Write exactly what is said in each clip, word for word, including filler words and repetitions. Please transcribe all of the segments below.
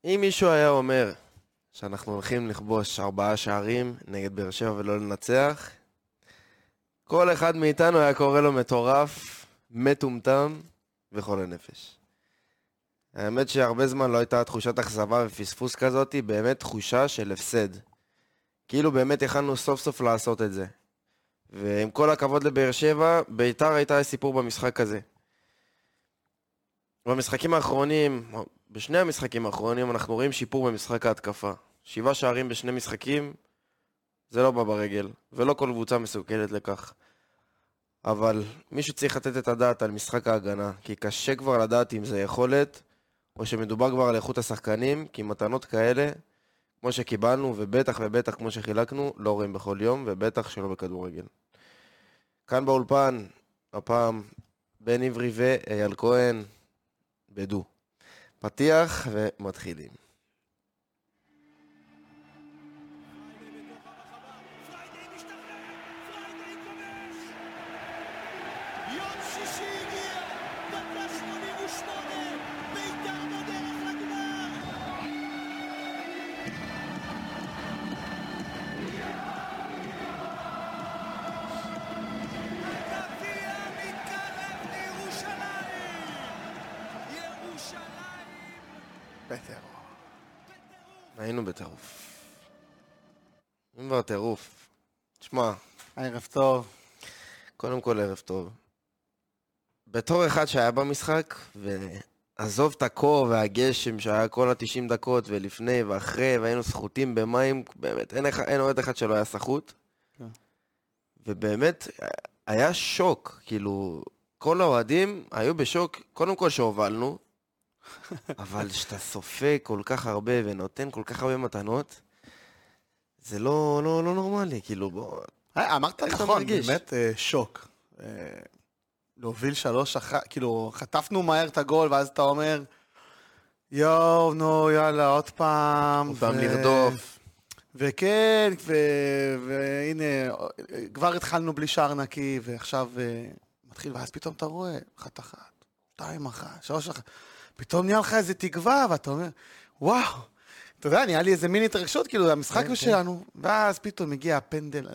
אם מישהו היה אומר שאנחנו הולכים לכבוש ארבעה שערים נגד באר שבע ולא לנצח, כל אחד מאיתנו היה קורא לו מטורף, מטומטם וחולה נפש. האמת שהרבה זמן לא הייתה תחושת אכזבה ופספוס כזאת, באמת תחושה של הפסד. כאילו באמת יכלנו סוף סוף לעשות את זה. ועם כל הכבוד לבאר שבע, ביתר הייתה סיפור במשחק הזה. במשחקים האחרונים, בשני המשחקים האחרונים, אנחנו רואים שיפור במשחק ההתקפה. שבעה שערים בשני משחקים, זה לא בא ברגל, ולא כל קבוצה מסוגלת לכך. אבל מישהו צריך לתת את הדעת על משחק ההגנה, כי קשה כבר לדעת אם זה יכולת, או שמדובר כבר על איכות השחקנים, כי מתנות כאלה, כמו שקיבלנו, ובטח ובטח כמו שחילקנו, לא רואים בכל יום, ובטח שלא בכדורגל. כאן באולפן, הפעם, בן עברי ואייל כהן, בדו. פתיח ומתחילים. היינו בטירוף. אם כבר טירוף. תשמע. ערב טוב. קודם כל ערב טוב. בתור אחד שהיה במשחק, ועזוב את הקור והגשם שהיה כל ה-תשעים דקות, ולפני ואחרי, והיינו סחוטים במים, באמת, אין, אין עוד אחד שלא היה סחוט. כן. ובאמת, היה שוק, כאילו, כל האוהדים היו בשוק, קודם כל שהובלנו, אבל שאתה סופג כל כך הרבה ונותן כל כך הרבה מתנות, זה לא, לא, לא נורמלי, כאילו בוא... אמרת נכון, באמת שוק. להוביל שלוש אחת, כאילו חטפנו מהר את הגול, ואז אתה אומר, יואו, נו, יאללה, עוד פעם. עוד פעם לרדוף. וכן, והנה, כבר התחלנו בלי שער נקי, ועכשיו מתחיל, ואז פתאום אתה רואה, אחת אחת, שתיים אחת, שלוש אחת. פתאום נהיה לך איזה תקווה, ואתה אומר, וואו, אתה יודע, נהיה לי איזה מיני התרגשות, כאילו, המשחק הוא שלנו, ואז פתאום מגיע הפנדל,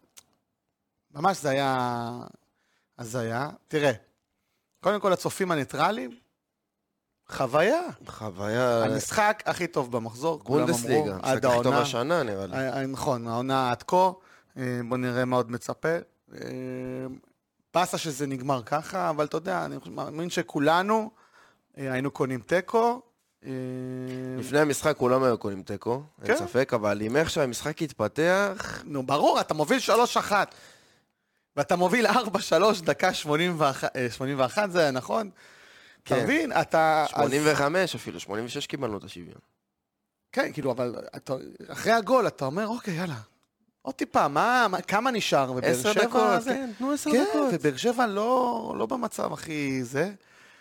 ממש זה היה, אז זה היה, תראה, קודם כל הצופים הניטרליים, חוויה. חוויה. המשחק הכי טוב במחזור, בונדסליגה, המשחק הכי טוב השנה נראה לי. נכון, העונה עד כה, בוא נראה מה עוד מצפה. פסה שזה נגמר ככה, אבל אתה יודע, אני מאמין שכולנו, היינו קונים טקו. לפני המשחק כולם היו קונים טקו, אין ספק, אבל עם איך שהמשחק התפתח... נו, ברור, אתה מוביל שלוש אחת, ואתה מוביל ארבע שלוש, דקה שמונים ואחת, זה נכון? אתה מבין, אתה... שמונים וחמש אפילו, שמונים ושש קיבלנו את השוויון. כן, כאילו, אבל אחרי הגול אתה אומר, אוקיי, יאללה, עוד טיפה, כמה נשאר? עשר דקות, כן, תנו עשר דקות. כן, ובאר שבע לא במצב הכי זה...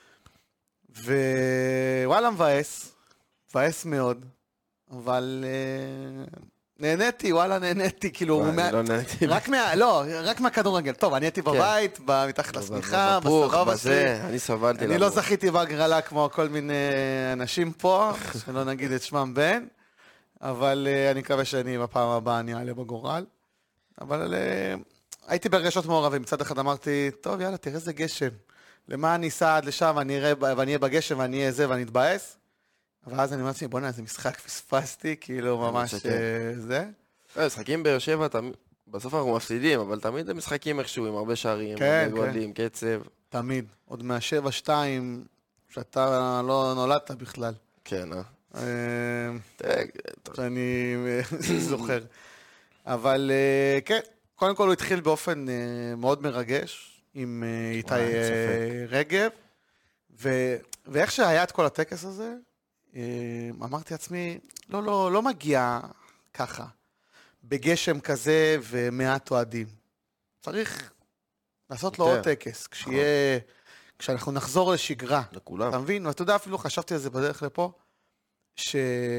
ווואלה מבאס, מבאס מאוד, אבל נהניתי, וואלה נהניתי, כאילו, אני לא נהניתי. רק מה, לא, רק מהכדורגל, טוב, אני הייתי בבית, מתחת לשמיכה, בסבבה שלי, אני סבלתי. אני לא זכיתי בהגרלה כמו כל מיני אנשים פה, שלא נגיד את שמם בן, אבל אני מקווה שאני בפעם הבאה אני אעלה בגורל, אבל הייתי ברגשות מעורבים, מצד אחד אמרתי, טוב יאללה, תראה איזה גשם, למה אני אסע עד לשם, ואני אהיה בגשם, ואני אהיה זה, ואני אתבאס. ואז אני אומרת, בוא'נה, איזה משחק פספסתי, כאילו ממש זה. משחקים באר שבע, בסוף אנחנו מפסידים, אבל תמיד הם משחקים איכשהו, עם הרבה שערים, הרבה גולים, קצב. תמיד. עוד מהשבע שתיים, שאתה לא נולדת בכלל. כן, אה? שאני זוכר. אבל כן, קודם כל הוא התחיל באופן מאוד מרגש, עם איתי רגב, ואיך שהיה את כל הטקס הזה, אמרתי לעצמי, לא, לא, לא מגיע ככה, בגשם כזה ומעט אוהדים. צריך לעשות לו עוד טקס, כשיהיה, כשאנחנו נחזור לשגרה. לכולם. אתה מבין? ואתה יודע, אפילו חשבתי על זה בדרך לפה, ש...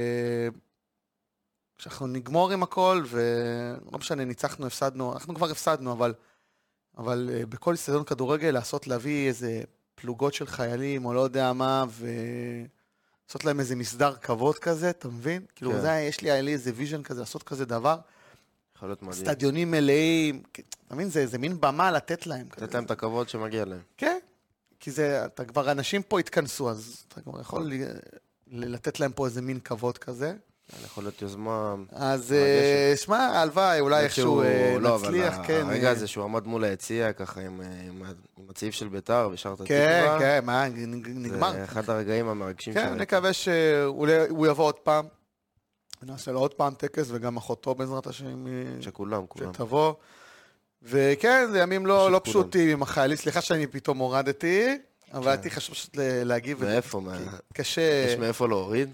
כשאנחנו נגמור עם הכל, ולא משנה, ניצחנו, הפסדנו, אנחנו כבר הפסדנו, אבל... אבל uh, בכל סטדיון כדורגל לעשות להביא איזה פלוגות של חיילים או לא יודע מה, לעשות להם איזה מסדר כבוד כזה, אתה מבין? כאילו, כן. זה, יש לי, היה לי איזה ויז'ן כזה, לעשות כזה דבר. יכול להיות מדהים. סטדיונים מלאים, אתה מבין? זה, זה מין במה לתת להם. לתת כזה. להם את הכבוד שמגיע להם. כן, כי זה, אתה כבר, אנשים פה התכנסו, אז אתה כבר יכול ל, ל, לתת להם פה איזה מין כבוד כזה. יכול להיות יוזמה... אז אה, שמע, הלוואי, אולי איכשהו אה, לא, נצליח, אבל כן. הרגע אה, הזה שהוא עמד מול היציע, ככה עם, עם, עם הצעיף של ביתר, ושרת התקווה. כן, כן, מה, נגמר. זה אחד הרגעים המרגשים כן, שלהם. נקווה שהוא יבוא עוד פעם. נעשה לו עוד פעם טקס, וגם אחותו בעזרת השם שכולם, כולם. שתבוא. וכן, זה ימים לא, לא כולם. פשוטים עם החיילים. סליחה שאני פתאום הורדתי, אבל הייתי חשוב פשוט ל- להגיב. מאיפה? מה- קשה. יש מאיפה להוריד?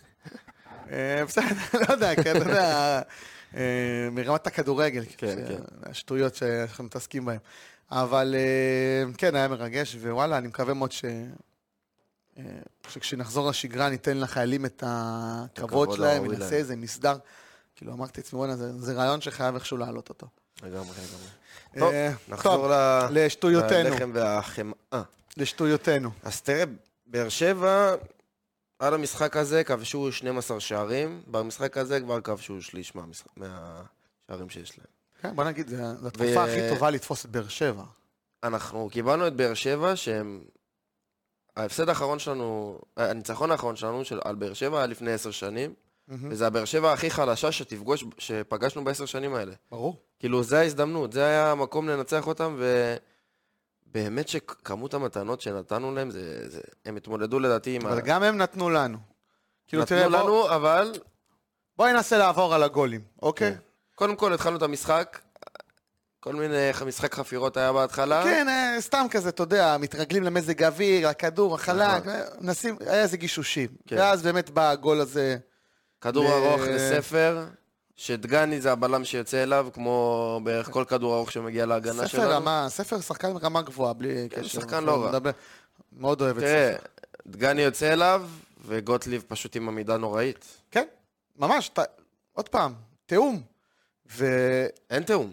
אה, בסדר, לא יודע, כן, אתה יודע, אה, מרמת הכדורגל, כן, ש- כן. השטויות שאנחנו מתעסקים בהן. אבל אה, כן, היה מרגש, ווואלה, אני מקווה מאוד ש... אה, שכשנחזור לשגרה ניתן לחיילים את הכבוד הכבוד שלהם, הראוי ונעשה להם. איזה מסדר. כאילו, אמרתי לעצמי, וואלה, זה זה רעיון שחייב איכשהו להעלות אותו. לגמרי, לגמרי. טוב, אה, נחזור טוב, ל- לשטויותינו, ללחם והחמאה. לשטויותינו. אז תראה, באר שבע, על המשחק הזה כבשו שנים עשר שערים, במשחק הזה כבר כבשו שליש מהמשחק- מהשערים שיש להם. כן, בוא נגיד, זו זו התקופה הכי טובה לתפוס את באר שבע. אנחנו קיבלנו את באר שבע, שהם... ההפסד האחרון שלנו, הניצחון האחרון שלנו של, על באר שבע היה לפני עשר שנים, וזה הבאר שבע הכי חלשה שתפגוש, שפגשנו בעשר שנים האלה. ברור. כאילו, זה ההזדמנות, זה היה המקום לנצח אותם, ובאמת שכמות המתנות שנתנו להם, זה, זה... הם התמודדו לדעתי עם... אבל ה... גם הם נתנו לנו. כאילו, נתנו תראה, בוא- לנו, אבל... בואי ננסה לעבור על הגולים, אוקיי? כן. קודם כל התחלנו את המשחק, כל מיני משחק חפירות היה בהתחלה. כן, אה, סתם כזה, אתה יודע, מתרגלים למזג האוויר, הכדור, החלק, אה, נשים, היה איזה גישושים. כן. ואז באמת בא הגול הזה. כדור ל- ארוך לספר, שדגני זה הבלם שיוצא אליו, כמו בערך כל כדור ארוך שמגיע להגנה שלנו. ספר רמה, ספר שחקן רמה גבוהה, בלי כן, קשר. שחקן לא רע. מדבר- מאוד אוהב את תראה, ספר. דגני יוצא אליו, וגוטליב פשוט עם עמידה נוראית. כן, ממש, ת- עוד פעם, תיאום. ואין, אין תיאום.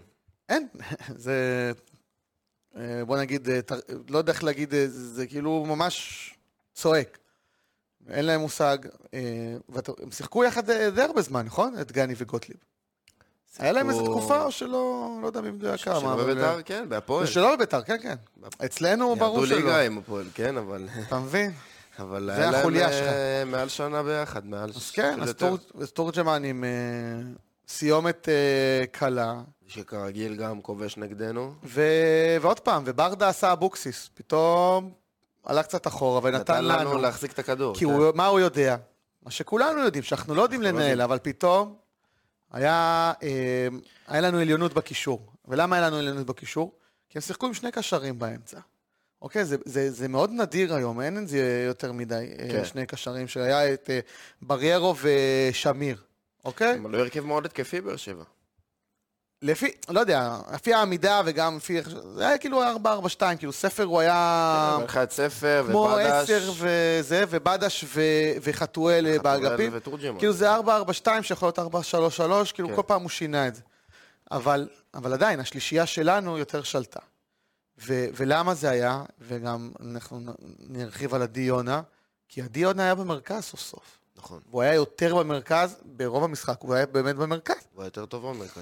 זה, אה, בוא נגיד, אה, תר- לא יודע איך להגיד, אה, זה זה כאילו ממש צועק. אין להם מושג, אה, והם שיחקו יחד אה, די הרבה זמן, נכון? את גני וגוטליב. היה להם איזו תקופה או שלא, לא יודע במדויק כמה. שלא אבל- בביתר, כן, בהפועל. שלא בביתר, כן, כן. אצלנו ברור ירדו שלא. ליגה עם הפועל, כן, אבל... אתה מבין? אבל זה היה להם החוליה שלך. אה, מעל שנה ביחד, מעל... אז כן, אז יותר. תור- אז תורג'מן עם אה, סיומת אה, קלה, שכרגיל גם כובש נגדנו. ו- ועוד פעם, וברדה עשה אבוקסיס, פתאום עלה קצת אחורה ונתן נתן לנו לנו, להחזיק את הכדור. כי כן. הוא, מה הוא יודע? מה שכולנו יודעים, שאנחנו לא יודעים אנחנו לא לנהל, יודעים. אבל פתאום היה, אה, היה לנו עליונות בקישור. ולמה היה לנו עליונות בקישור? כי הם שיחקו עם שני קשרים באמצע. אוקיי, זה, זה, זה מאוד נדיר היום, אין את זה יותר מדי, כן. כן. שני קשרים, שהיה את אה, בריירו ושמיר, אוקיי? הם עלו הרכב מאוד התקפי באר שבע. לפי, לא יודע, לפי העמידה וגם לפי, זה היה כאילו ארבע ארבע שתיים, כאילו ספר הוא היה אחד ספר כמו ובדש. עשר וזה, ובדש ו- וחתואל באגפים. ותורג'מן. כאילו זה ארבע ארבע שתיים שיכול להיות ארבע שלוש שלוש, כאילו כן. כל פעם הוא שינה את זה. אבל, אבל עדיין, השלישייה שלנו יותר שלטה. ו- ולמה זה היה, וגם אנחנו נ- נרחיב על עדי יונה, כי עדי יונה היה במרכז סוף סוף. נכון. והוא היה יותר במרכז, ברוב המשחק הוא היה באמת במרכז. הוא היה יותר טוב במרכז.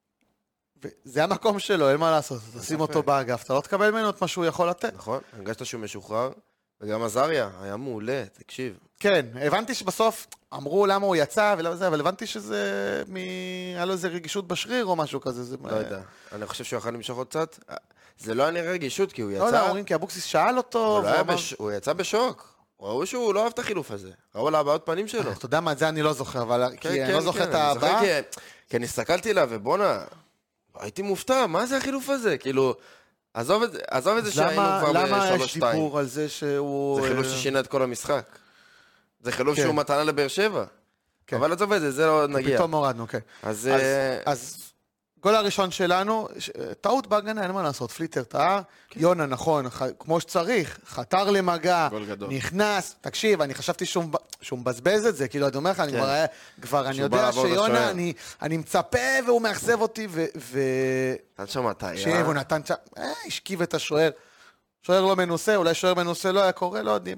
וזה המקום שלו, אין מה לעשות. תשים ספק. אותו באגף, אתה לא תקבל ממנו את מה שהוא יכול לתת. נכון, הרגשת שהוא משוחרר, וגם עזריה היה מעולה, תקשיב. כן, הבנתי שבסוף אמרו למה הוא יצא ולמה זה, אבל הבנתי שזה מ... היה לו איזה רגישות בשריר או משהו כזה. זה... לא יודע, אני חושב שהוא יכול למשוך עוד קצת. זה לא היה נראה רגישות, כי הוא לא יודע, יצא, אומרים, כי אבוקסיס שאל אותו. אבל הוא היה והוא אמר- בש- הוא יצא בשוק. ראו שהוא לא אהב את החילוף הזה. ראו על הבעות פנים שלו. אתה יודע מה, את זה אני לא זוכר, אבל כן, כי אני כן, לא זוכר כן, את אני זוכר ההבאה. כי- כי אני הסתכלתי עליו, ובואנה, הייתי מופתע, מה זה החילוף הזה? כאילו, עזוב את זה, עזוב את זה אז שהיינו למה כבר למה בשלוש יש שתיים. דיבור על זה שהוא... זה חילוף אה, ששינה את כל המשחק. זה חילוף כן. שהוא מתנה לבאר שבע. כן. אבל עזוב את זה, זה לא נגיע. פתאום הורדנו, כן. אז... אז- אה, אז גול הראשון שלנו, ש- טעות בהגנה, אין מה לעשות, פליטר טעה, יונה נכון, ח- כמו שצריך, חתר למגע, גול גדול. נכנס, תקשיב, אני חשבתי שהוא מב- שהוא מבזבז את זה, כאילו, אני אומר לך, אני כן. כבר היה- כבר, אני שהוא בא יודע לעבור שיונה, לשוער. אני- אני מצפה והוא מאכזב אותי, ו... ו- נתן שם הטעיה. תקשיב, הוא נתן שם, אה, השכיב את השוער, שוער לא מנוסה, אולי שוער מנוסה לא היה קורה, לא יודעים.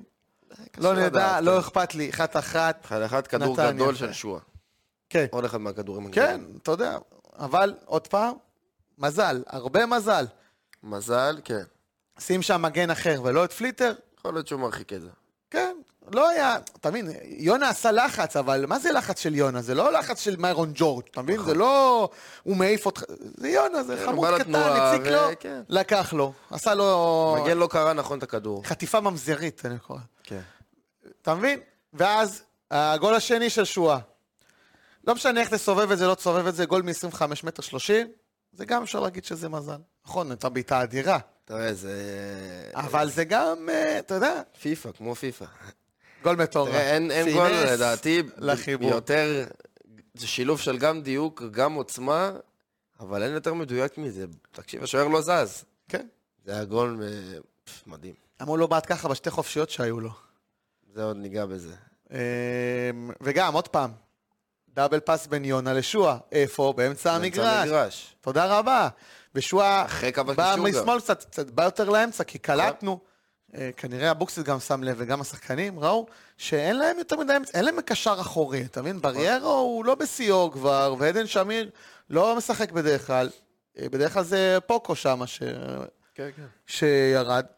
לא נדע, לדעת, לא כן. אכפת לי, אחת אחת. אחד אחד כדור נתניה. גדול של שועה. כן, עוד אחד מהכדורים כן, הגדולים. אתה יודע, אבל עוד פעם, מזל, הרבה מזל. מזל, כן. שים שם מגן אחר ולא את פליטר, יכול להיות שהוא מרחיק את זה. כן, לא היה, אתה מבין, יונה עשה לחץ, אבל מה זה לחץ של יונה? זה לא לחץ של מיירון ג'ורג', אתה מבין? זה לא, הוא מעיף אותך, זה יונה, זה כן, חמוד הוא בא קטן, לתנועה, הציק ו- לו, כן. לקח לו, עשה לו מגן לא קרא נכון את הכדור. חטיפה ממזרית, אני קורא. כן. אתה מבין? ואז, הגול השני של שואה. לא משנה איך תסובב את זה, לא תסובב את זה, גול מ-עשרים וחמש מטר שלושים, זה גם אפשר להגיד שזה מזל. נכון, הייתה בעיטה אדירה, תראה, זה... אבל זה גם, אה, אתה יודע, פיפה, כמו פיפה. גול מטורף. תראה, אין, אין פינס גול לדעתי, לחיבור. יותר, זה שילוב של גם דיוק, גם עוצמה, אבל אין יותר מדויק מזה. תקשיב, השוער לא זז. כן. זה היה גול אה, פף, מדהים. אמרו לו בעט ככה בשתי חופשיות שהיו לו. זה עוד ניגע בזה. אה, וגם, עוד פעם, דאבל פס בין יונה לשואה. איפה? באמצע המגרש. המגרש. תודה רבה. ושואה אחרי קו בא הקישור גם. משמאל קצת, קצת בא יותר לאמצע, כי קלטנו. אה, כנראה אבוקסיס גם שם לב, וגם השחקנים ראו שאין להם יותר מדי, אין להם מקשר אחורי, אתה מבין? בריירו הוא לא בשיאו כבר, ועדן שמיר לא משחק בדרך כלל. אה, בדרך כלל זה פוקו שם ש... כן, כן. שירד.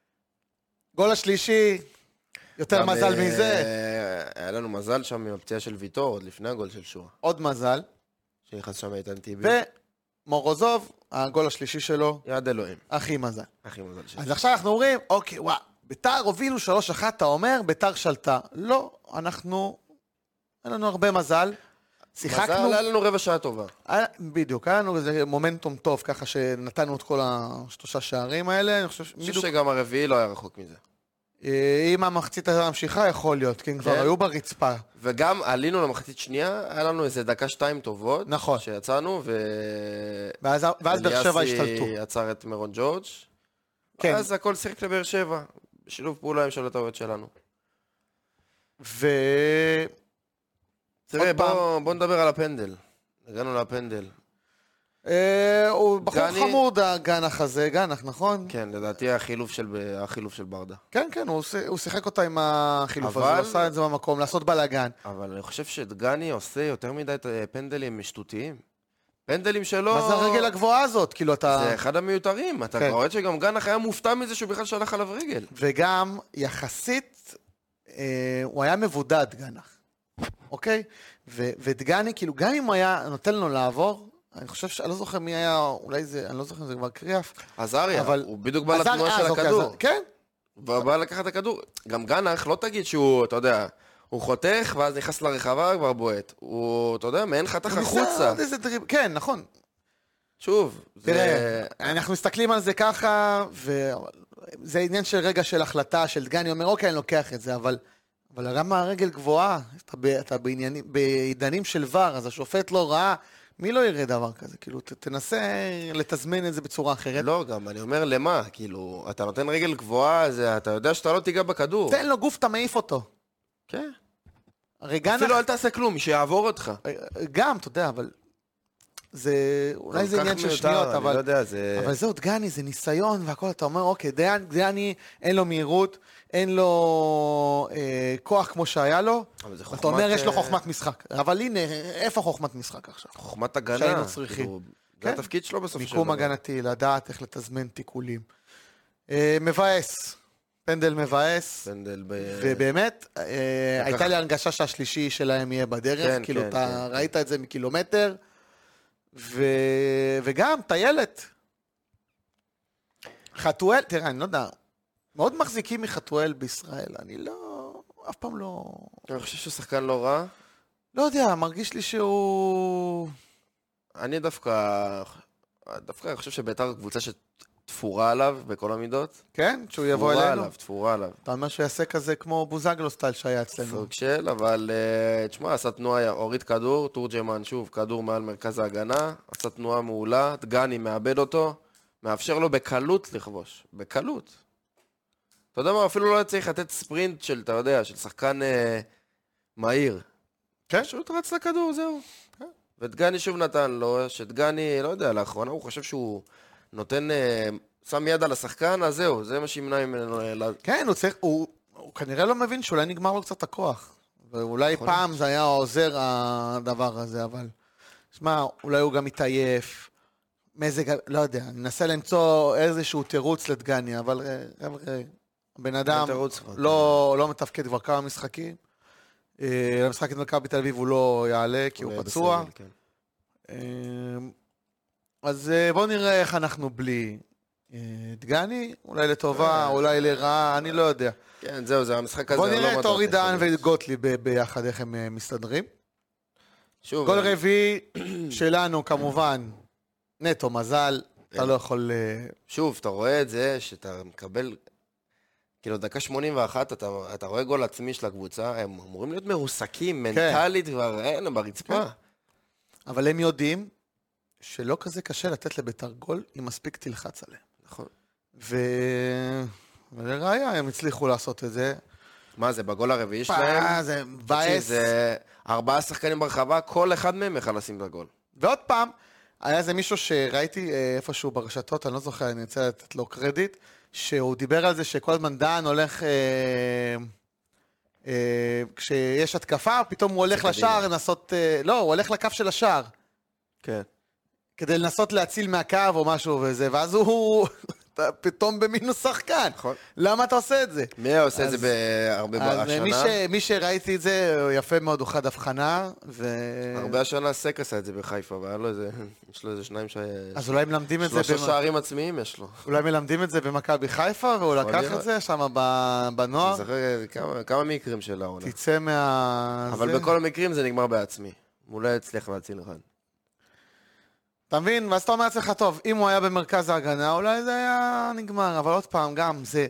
גול השלישי, יותר גם, מזל אה, מזה, היה לנו מזל שם עם הפציעה של ויטור, עוד לפני הגול של שואה. עוד מזל. שנכנס שם איתן טיבי. ומורוזוב, הגול השלישי שלו, יד אלוהים. הכי מזל. הכי מזל שלי. אז עכשיו אנחנו אומרים, אוקיי, וואו, ביתר הובילו שלוש אחת, אתה אומר, ביתר שלטה. לא, אנחנו, אין לנו הרבה מזל. שיחקנו, מזל, היה לנו רבע שעה טובה. היה- בדיוק, היה לנו איזה מומנטום טוב, ככה שנתנו את כל השלושה שערים האלה, אני חושב, אני חושב בדיוק, שגם הרביעי לא היה רחוק מזה. אה, אם המחצית הזאת ממשיכה, יכול להיות, כי הם כבר כן. היו ברצפה. וגם עלינו למחצית שנייה, היה לנו איזה דקה שתיים טובות. נכון. שיצאנו, ו... ואז ואז באר שבע השתלטו. אליאסי עצר את מירון ג'ורג'. כן. אז הכל שיחק לבאר שבע. בשילוב פעולה עם שלוש הטעויות שלנו. ו... תראה, עוד פעם. בוא, בוא נדבר על הפנדל. הגענו לפנדל. אה, הוא בחור גני- חמוד, הגנח הזה, גנח, נכון? כן, לדעתי החילוף של, החילוף של ברדה. כן, כן, הוא עושה- הוא שיחק אותה עם החילוף הזה, אבל- הוא עשה את זה במקום, לעשות בלאגן. אבל אני חושב שדגני עושה יותר מדי את פנדלים שטותיים. פנדלים שלו... מה זה הרגל הגבוהה הזאת? כאילו אתה... זה אחד המיותרים. אתה כן. כבר רואה שגם גנח היה מופתע מזה שהוא בכלל שלח עליו רגל. וגם, יחסית, אה, הוא היה מבודד, גנח. אוקיי? ו- ודגני, כאילו, גם אם הוא היה נותן לו לעבור, אני חושב ש... אני לא זוכר מי היה, אולי זה, אני לא זוכר אם זה כבר קריאף. עזריה, אבל- הוא בדיוק בא עזר- לתנועה אה, של אז אוקיי, הכדור. אז- כן, הוא בא לקחת את הכדור. גם גנח, לא תגיד שהוא, אתה יודע, הוא חותך ואז נכנס לרחבה כבר בועט. הוא, אתה יודע, מעין חתך הוא ניסה החוצה. עוד איזה דריב... כן, נכון. שוב, זה... תראה, אנחנו מסתכלים על זה ככה, וזה עניין של רגע של החלטה, של דגני אומר, אוקיי, אני לוקח את זה, אבל, אבל גם הרגל גבוהה, אתה, ב, אתה בעניינים, בעידנים של ור, אז השופט לא ראה, מי לא יראה דבר כזה? כאילו, ת, תנסה לתזמן את זה בצורה אחרת. לא, גם, אני אומר, למה? כאילו, אתה נותן רגל גבוהה, זה, אתה יודע שאתה לא תיגע בכדור. תן לו גוף, אתה מעיף אותו. כן. הרי גנח, אפילו אל תעשה כלום, שיעבור אותך. גם, אתה יודע, אבל זה, אולי זה כל כך עניין של מיותר, שניות, אני אבל... לא יודע, זה... אבל זהו, דגני, זה ניסיון והכל, אתה אומר, אוקיי, דגני, דגני אין לו מהירות, אין לו אה, כוח כמו שהיה לו, אבל זה אתה חוכמת, אומר, יש לו אה, חוכמת משחק. אבל הנה, איפה חוכמת משחק עכשיו? חוכמת הגנה. שהיינו צריכים. כאילו, כן. זה התפקיד שלו בסוף של מיקום דבר. הגנתי, לדעת איך לתזמן תיקולים. אה, מבאס, פנדל מבאס, פנדל ב... ובאמת, אה, הייתה לי הרגשה שהשלישי שלהם יהיה בדרך, כן, כאילו, כן, אתה כן, ראית את זה מקילומטר, ו... וגם, טיילת. חתואל, תראה, אני לא יודע, מאוד מחזיקים מחתואל בישראל, אני לא, אף פעם לא, אני חושב שהוא שחקן לא רע. לא יודע, מרגיש לי שהוא... אני דווקא... דווקא אני חושב שביתר קבוצה שתפורה עליו בכל המידות. כן? שהוא יבוא תפורה אלינו? עליו, תפורה עליו. אתה אומר שהוא יעשה כזה כמו בוזגלו סטייל שהיה אצלנו. סוג של, אבל אה, תשמע, עשה תנועה, הוריד כדור, תורג'מן שוב, כדור מעל מרכז ההגנה, עשה תנועה מעולה, דגני מאבד אותו, מאפשר לו בקלות לכבוש, בקלות. אתה יודע מה, אפילו לא צריך לתת ספרינט של, אתה יודע, של שחקן אה, מהיר. כן? פשוט רץ לכדור, זהו. ודגני שוב נתן לו, שדגני, לא יודע, לאחרונה הוא חושב שהוא נותן, אה, שם יד על השחקן, אז זהו, זה מה שימנע ממנו. ל- כן, הוא צריך, הוא... הוא כנראה לא מבין שאולי נגמר לו קצת הכוח. ואולי פעם זה היה עוזר הדבר הזה, אבל... שמע, אולי הוא גם מתעייף. מזג, לא יודע, אני מנסה למצוא איזשהו תירוץ לדגני, אבל בן אדם לא, לא מתפקד כבר כמה משחקים. למשחק את מכבי בתל אביב הוא לא יעלה, כי הוא פצוע. אז בואו נראה איך אנחנו בלי דגני, אולי לטובה, אולי לרעה, אני לא יודע. כן, זהו, זה המשחק הזה. בואו נראה את אורי דהן וגוטליב ביחד, איך הם מסתדרים. גול רביעי שלנו, כמובן, נטו מזל, אתה לא יכול... שוב, אתה רואה את זה, שאתה מקבל... כאילו, דקה שמונים ואחת, אתה, אתה רואה גול עצמי של הקבוצה, הם אמורים להיות מרוסקים, מנטלית, כבר אין, ברצפה. אבל הם יודעים שלא כזה קשה לתת לביתר גול, אם מספיק תלחץ עליהם. נכון. ו... ולראיה, הם הצליחו לעשות את זה. מה זה, בגול הרביעי שלהם? זה בייס. זה ארבעה שחקנים ברחבה, כל אחד מהם יכול לשים את הגול. ועוד פעם, היה איזה מישהו שראיתי איפשהו ברשתות, אני לא זוכר, אני רוצה לתת לו קרדיט, שהוא דיבר על זה שכל הזמן דן הולך, אה, אה, כשיש התקפה, פתאום הוא הולך לשער לנסות, אה, לא, הוא הולך לקו של השער. כן. כדי לנסות להציל מהקו או משהו וזה, ואז הוא פתאום במינוס שחקן. נכון. למה אתה עושה את זה? מי עושה את זה בהרבה השנה? אז מי שראיתי את זה, יפה מאוד, הוא חד הבחנה. הרבה השנה סק עשה את זה בחיפה, והיה לו איזה, יש לו איזה שניים ש... אז אולי מלמדים את זה... שלושה שערים עצמיים יש לו. אולי מלמדים את זה במכבי חיפה, והוא לקח את זה שם בנוער. אני זוכר כמה מקרים של העונה. תצא מה... אבל בכל המקרים זה נגמר בעצמי. הוא לא הצליח להציל אחד. אתה מבין? ואז אתה אומר לעצמך, טוב, אם הוא היה במרכז ההגנה, אולי זה היה נגמר, אבל עוד פעם, גם זה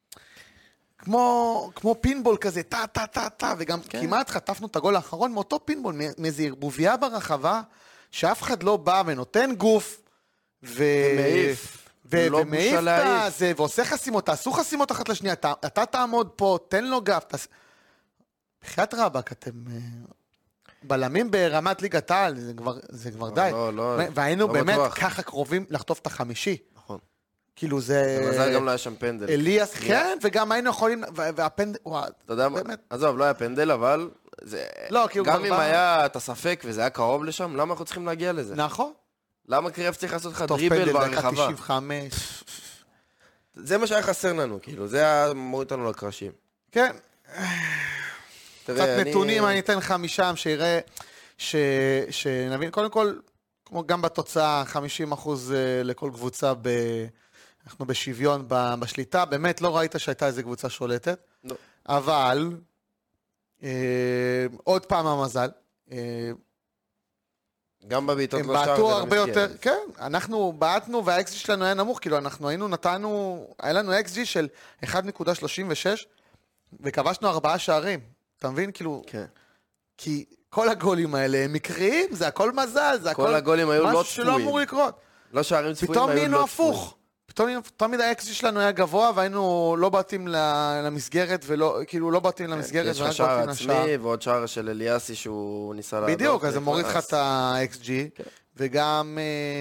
כמו, כמו פינבול כזה, טה, טה, טה, טה, וגם כן. כמעט חטפנו את הגול האחרון מאותו פינבול, מאיזו ערבוביה ברחבה, שאף אחד לא בא ונותן גוף, ו... ומעיף, ו... לא ומעיף את זה, ועושה חסימות, תעשו חסימות אחת לשנייה, אתה, אתה תעמוד פה, תן לו גף, תעש... בחיית רבק, אתם... בלמים ברמת ליגת העל, זה כבר, זה כבר לא, די. לא, לא, והיינו לא באמת בטוח. ככה קרובים לחטוף את החמישי. נכון. כאילו זה... במזל גם לא היה שם פנדל. אליאס, כן, וגם היינו יכולים... והפנדל... אתה יודע מה? עזוב, לא היה פנדל, אבל... זה... לא, כאילו... גם אם היה את הספק וזה היה קרוב לשם, למה אנחנו צריכים להגיע לזה? נכון. למה קריאף צריך לעשות לך דריבל ברחבה? טוב, פנדל, דקה תשעים וחמש. זה מה שהיה חסר לנו, כאילו. זה היה מוריד אותנו לקרשים. כן. קצת נתונים, אני אתן לך משם, שיראה... ש... שנבין, קודם כל, כמו גם בתוצאה, חמישים אחוז לכל קבוצה, ב... אנחנו בשוויון בשליטה, באמת לא ראית שהייתה איזו קבוצה שולטת, לא. אבל, אה, עוד פעם המזל, אה, גם בביתות הם לא שער, בעטו הרבה יותר, כן, אנחנו בעטנו וה-אקס ג'י שלנו היה נמוך, כאילו אנחנו היינו, נתנו, היה לנו אקס ג'י של אחת נקודה שלושים ושש, וכבשנו ארבעה שערים, אתה מבין? כאילו, כן. כי... כל הגולים האלה הם מקריים, זה הכל מזל, זה הכל... כל הגולים היו לא צפויים. משהו שלא אמור לקרות. לא שערים צפויים, פתאום היו נהיינו לא הפוך. פתאום תמיד ה-אקס ג'י שלנו היה גבוה, והיינו לא באתים למסגרת, ולא, כאילו לא באתים למסגרת, יש לך שער עצמי, ועוד שער של אליאסי שהוא ניסה לעלות. בדיוק, אז זה מוריד לך את ה-אקס ג'י, וגם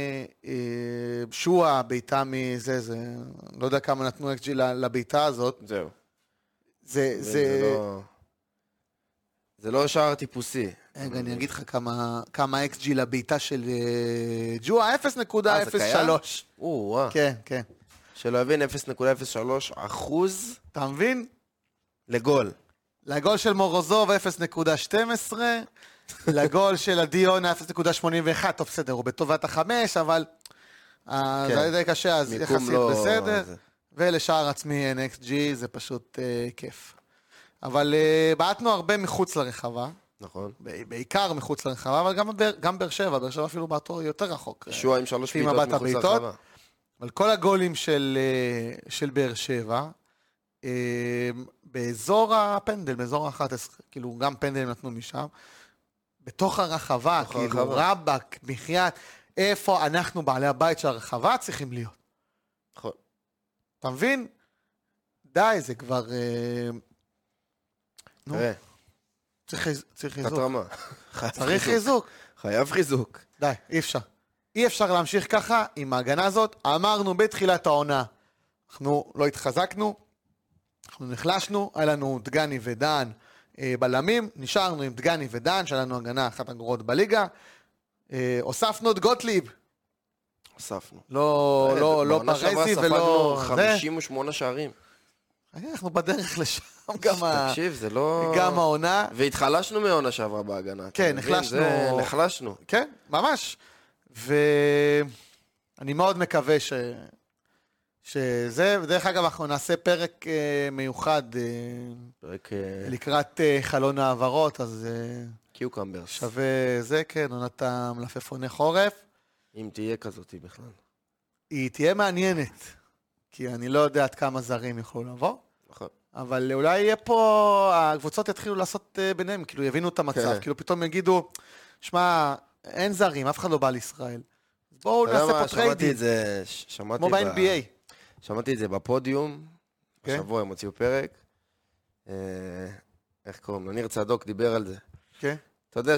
שואה, ביתה מזה, זה... לא יודע כמה נתנו אקס ג'י לביתה הזאת. זהו. זה... זה זה לא שער טיפוסי. רגע, אני אגיד לך כמה אקס ג'י לביתה של ג'ואה, אפס נקודה אפס שלוש. או, כן, כן. שלא הבין, אפס נקודה אפס שלוש אחוז. אתה מבין? לגול. לגול של מורוזוב, אפס נקודה שתים עשרה. לגול של הדיון, אפס נקודה שמונים ואחת. טוב, בסדר, הוא בטובת החמש, אבל זה היה די קשה, אז יחסית בסדר. ולשער עצמי אין אקס ג'י, זה פשוט כיף. אבל בעטנו הרבה מחוץ לרחבה. נכון. בעיקר מחוץ לרחבה, אבל גם, גם באר שבע, באר שבע אפילו בעטו יותר רחוק. שועה עם שלוש בעיטות מחוץ לרחבה. אבל כל הגולים של, של באר שבע, באזור הפנדל, באזור ה-אחת עשרה, כאילו גם פנדל נתנו משם, בתוך הרחבה, בתוך כאילו הרחבה. רבק, מחייאת, איפה אנחנו בעלי הבית של הרחבה צריכים להיות. נכון. אתה מבין? די, זה כבר... נו. תראה. צריך, צריך חיזוק. תתרמה. צריך חיזוק. חייב חיזוק. די, אי אפשר. אי אפשר להמשיך ככה עם ההגנה הזאת. אמרנו בתחילת העונה, אנחנו לא התחזקנו, אנחנו נחלשנו, היה לנו דגני ודן אה, בלמים, נשארנו עם דגני ודן, שהיה לנו הגנה אחת הגרועות בליגה, אה, הוספנו את גוטליב, הוספנו. לא, לא, לא פרזי ולא... חמישים ושמונה שערים. אנחנו בדרך לשם גם ה... תקשיב, זה לא... גם העונה. והתחלשנו מעונה שעברה בהגנה. כן, נחלשנו. נחלשנו. כן, ממש. ואני מאוד מקווה ש... שזה, ודרך אגב, אנחנו נעשה פרק מיוחד פרק... לקראת חלון העברות, אז... קיוקמברס. שווה זה, כן, עונת המלפפוני חורף. אם תהיה כזאת בכלל. היא תהיה מעניינת, כי אני לא יודע עד כמה זרים יוכלו לבוא. נכון. אבל אולי יהיה פה, הקבוצות יתחילו לעשות ביניהם, כאילו יבינו את המצב, כאילו פתאום יגידו, שמע, אין זרים, אף אחד לא בא לישראל. בואו נעשה פה טריידים. שמעתי את זה, שמעתי כמו ב-אן בי איי. שמעתי את זה בפודיום, השבוע הם הוציאו פרק. איך קוראים? ניר צדוק דיבר על זה. כן. אתה יודע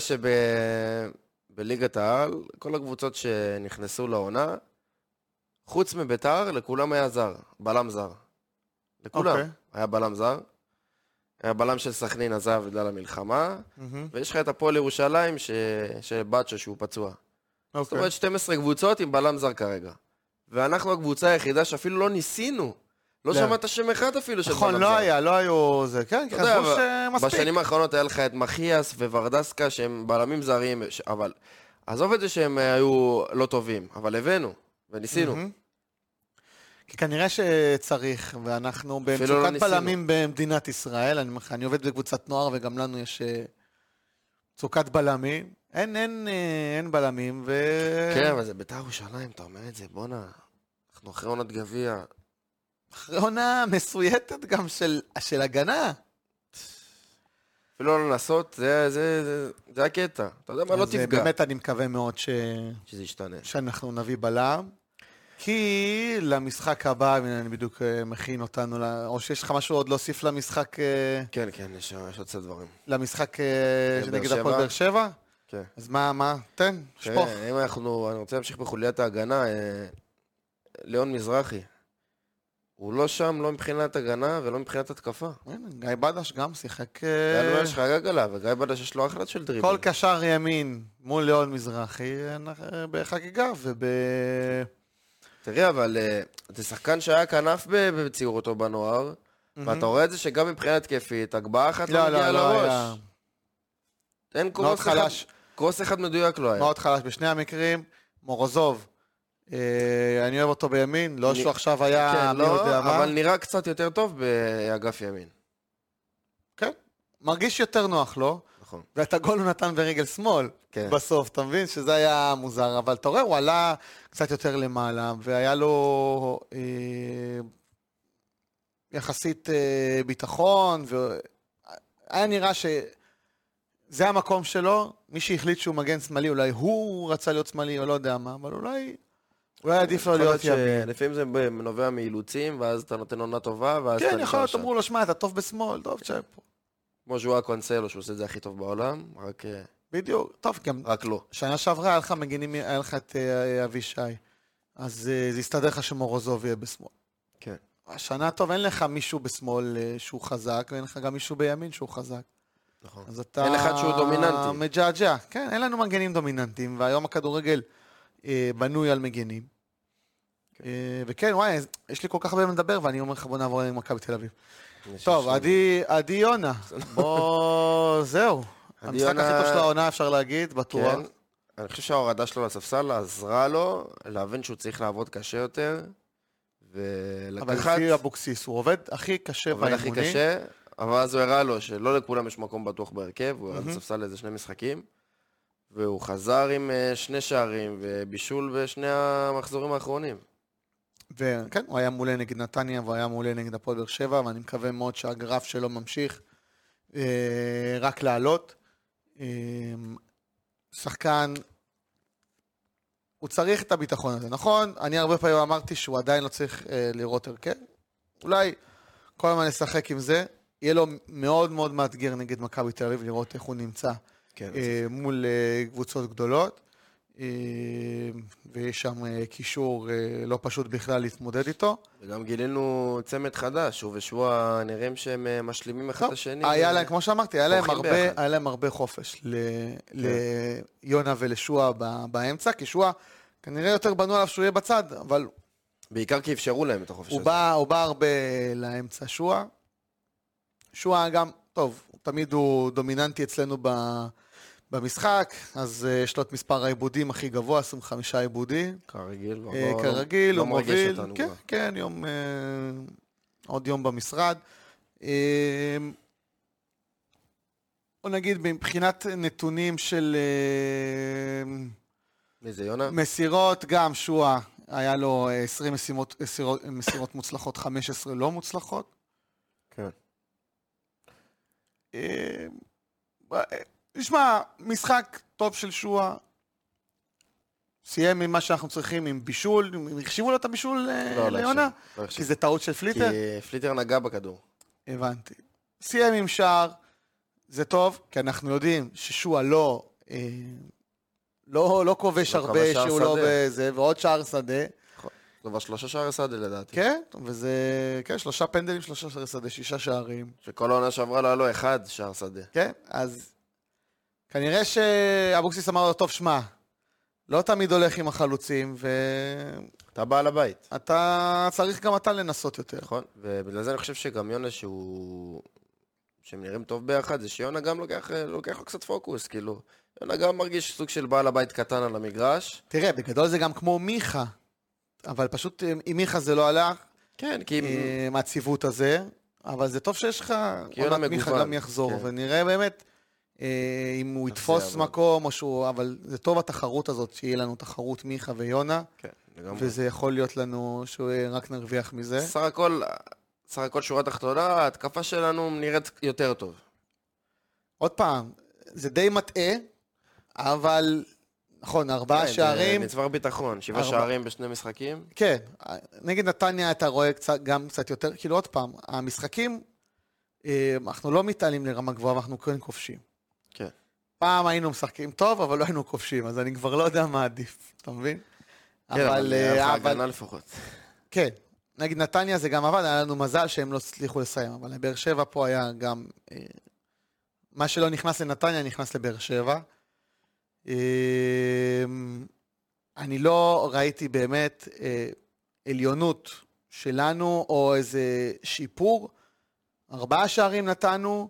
שבליגת העל, כל הקבוצות שנכנסו לעונה, חוץ מביתר, לכולם היה זר, בלם זר. לכולם. Okay. היה בלם זר. היה בלם של סכנין עזב בגלל המלחמה, mm-hmm. ויש לך את הפועל ירושלים ש... של בצ'ה שהוא פצוע. Okay. זאת אומרת שתים עשרה קבוצות עם בלם זר כרגע. ואנחנו הקבוצה היחידה שאפילו לא ניסינו. לא yeah. שמעת שם אחד אפילו של נכון, בלם לא זר. נכון, לא היה, לא היו זה, כן, כי חשבו שמספיק. בשנים האחרונות היה לך את מחיאס וורדסקה שהם בלמים זרים, אבל עזוב את זה שהם היו לא טובים, אבל הבאנו וניסינו. Mm-hmm. כי כנראה שצריך, ואנחנו במצוקת לא בלמים במדינת ישראל, אני, אני עובד בקבוצת נוער וגם לנו יש מצוקת בלמים, אין, אין, אין בלמים, ו... כן, אבל זה בית"ר ירושלים, אתה אומר את זה, בונה, אנחנו אחרי עונת גביע. אחרי עונה מסויטת גם של, של הגנה. אפילו לא לנסות, זה, זה, זה, זה הקטע, אתה יודע מה, לא תפגע. באמת אני מקווה מאוד ש... שזה ישתנה. שאנחנו נביא בלם. כי למשחק הבא, אני בדיוק מכין אותנו, או שיש לך משהו עוד להוסיף למשחק... כן, כן, יש עוד קצת דברים. למשחק שנגיד הפועל באר שבע? כן. אז מה, מה? תן, שפוך. כן, אם אנחנו, אני רוצה להמשיך בחוליית ההגנה, ליאון מזרחי. הוא לא שם, לא מבחינת הגנה ולא מבחינת התקפה. גיא בדש גם שיחק... גיא בדש חגג עליו, וגיא בדש יש לו אחלת של דריבל. כל קשר ימין מול ליאון מזרחי בחגיגה וב... תראי, אבל זה שחקן שהיה כנף בציור אותו בנוער, ואתה רואה את זה שגם מבחינת כיפית, הגבהה אחת לא מגיעה לראש. אין קרוס אחד מדויק לא היה. מאוד חלש בשני המקרים, מורוזוב, אני אוהב אותו בימין, לא שהוא עכשיו היה מי יודע מה. אבל נראה קצת יותר טוב באגף ימין. כן, מרגיש יותר נוח, לא? נכון. ואת הגול הוא נתן ברגל שמאל, בסוף, אתה מבין שזה היה מוזר, אבל אתה רואה, הוא עלה קצת יותר למעלה, והיה לו יחסית ביטחון, והיה נראה שזה המקום שלו, מי שהחליט שהוא מגן שמאלי, אולי הוא רצה להיות שמאלי, או לא יודע מה, אבל אולי... אולי עדיף לו להיות ימין. לפעמים זה נובע מאילוצים, ואז אתה נותן עונה טובה, ואז אתה... כן, יכול להיות, אמרו לו, שמע, אתה טוב בשמאל, טוב, תשאר פה. כמו שהוא הקונסלו, שהוא עושה את זה הכי טוב בעולם, רק... בדיוק, טוב, גם... רק לא. שנה שעברה, היה לך מגינים, היה לך את אבישי, אז זה הסתדר לך שמורוזוב יהיה בשמאל. כן. השנה טוב, אין לך מישהו בשמאל שהוא חזק, ואין לך גם מישהו בימין שהוא חזק. נכון. אז אתה... אין אחד שהוא דומיננטי. מג'עג'ע, כן, אין לנו מגנים דומיננטיים, והיום הכדורגל בנוי על מגנים. וכן, וואי, יש לי כל כך הרבה מדבר, ואני אומר לך, בוא נעבור למכבי תל אביב. טוב, עדי יונה, בוא, זהו. המשחק הכי טוב של העונה, אפשר להגיד, בטוח. כן, אני חושב שההורדה שלו לספסל עזרה לו, להבין שהוא צריך לעבוד קשה יותר, ולקחת... אבל לפי אבוקסיס, הוא עובד הכי קשה באימונים. עובד הכי קשה, אבל אז הוא הראה לו שלא לכולם יש מקום בטוח בהרכב, הוא הראה לספסל איזה שני משחקים, והוא חזר עם שני שערים, ובישול בשני המחזורים האחרונים. וכן, הוא היה מעולה נגד נתניה, והוא היה מעולה נגד הפועל באר שבע, ואני מקווה מאוד שהגרף שלו ממשיך אה, רק לעלות. אה, שחקן, הוא צריך את הביטחון הזה, נכון? אני הרבה פעמים אמרתי שהוא עדיין לא צריך אה, לראות הרכב. אולי כל הזמן נשחק עם זה, יהיה לו מאוד מאוד מאתגר נגד מכבי תל אביב, לראות איך הוא נמצא כן, אה, מול אה, קבוצות גדולות. ויש שם קישור לא פשוט בכלל להתמודד איתו. וגם גילינו צמד חדש, הוא ושועה נראים שהם משלימים אחד את השני. היה להם, כמו שאמרתי, היה להם הרבה, היה להם הרבה חופש ליונה ולשועה באמצע, כי שועה כנראה יותר בנו עליו שהוא יהיה בצד, אבל... בעיקר כי אפשרו להם את החופש הזה. הוא בא הרבה לאמצע שועה. שועה גם, טוב, תמיד הוא דומיננטי אצלנו ב... במשחק, אז uh, יש לו את מספר העיבודים הכי גבוה, עשרים וחמישה עיבודים. כרגיל. Uh, לא, כרגיל, לא, הוא לא מוביל. כן, כבר. כן, יום, uh, עוד יום במשרד. Uh, בוא נגיד, מבחינת נתונים של uh, מי זה, יונה? מסירות, גם שועה, היה לו עשרים משימות, מסירות, מסירות מוצלחות, חמש עשרה לא מוצלחות. כן. Uh, נשמע, משחק טוב של שועה, סיים עם מה שאנחנו צריכים, עם בישול, הם החשיבו לו את הבישול לא, ליונה? לא, לא כי זה טעות של פליטר? כי פליטר נגע בכדור. הבנתי. סיים עם שער, זה טוב, כי אנחנו יודעים ששועה לא, אה, לא, לא כובש לא הרבה שהוא שדה. לא בזה, ועוד שער שדה. זה כבר שלושה שערי שדה לדעתי. כן, וזה, כן, שלושה פנדלים, שלושה שערי שדה, שישה שערים. שכל העונה שעברה לא היה לו אחד שער שדה. כן, אז כנראה שאבוקסיס אמר לו, טוב, שמע, לא תמיד הולך עם החלוצים, ו... אתה בעל הבית. אתה צריך גם אתה לנסות יותר. נכון, ובגלל זה אני חושב שגם יונה שהוא... שהם נראים טוב ביחד, זה שיונה גם לוקח, לוקח לו קצת פוקוס, כאילו. יונה גם מרגיש סוג של בעל הבית קטן על המגרש. תראה, בגדול זה גם כמו מיכה, אבל פשוט עם מיכה זה לא הלך. כן, כי... מהציוות הזה, אבל זה טוב שיש לך... כי יונה מגוון. מיכה גם יחזור, כן. ונראה באמת... אם הוא יתפוס מקום או שהוא, אבל זה טוב התחרות הזאת, שיהיה לנו תחרות מיכה ויונה, כן, וזה יכול להיות לנו שהוא רק נרוויח מזה. סך הכל, סך הכל שורה תחתונה, ההתקפה שלנו נראית יותר טוב. עוד פעם, זה די מטעה, אבל נכון, ארבעה שערים. זה מצוואר ביטחון, שבעה שערים בשני משחקים. כן, נגד נתניה אתה רואה גם קצת יותר, כאילו עוד פעם, המשחקים, אנחנו לא מתעלים לרמה גבוהה, אנחנו כן כובשים. כן. פעם היינו משחקים טוב, אבל לא היינו כובשים, אז אני כבר לא יודע מה עדיף, אתה מבין? כן, אבל היה לך הגנה לפחות. כן, נגיד נתניה זה גם עבד, היה לנו מזל שהם לא הצליחו לסיים, אבל לבאר שבע פה היה גם, מה שלא נכנס לנתניה נכנס לבאר שבע. אני לא ראיתי באמת עליונות שלנו, או איזה שיפור, ארבעה שערים נתנו,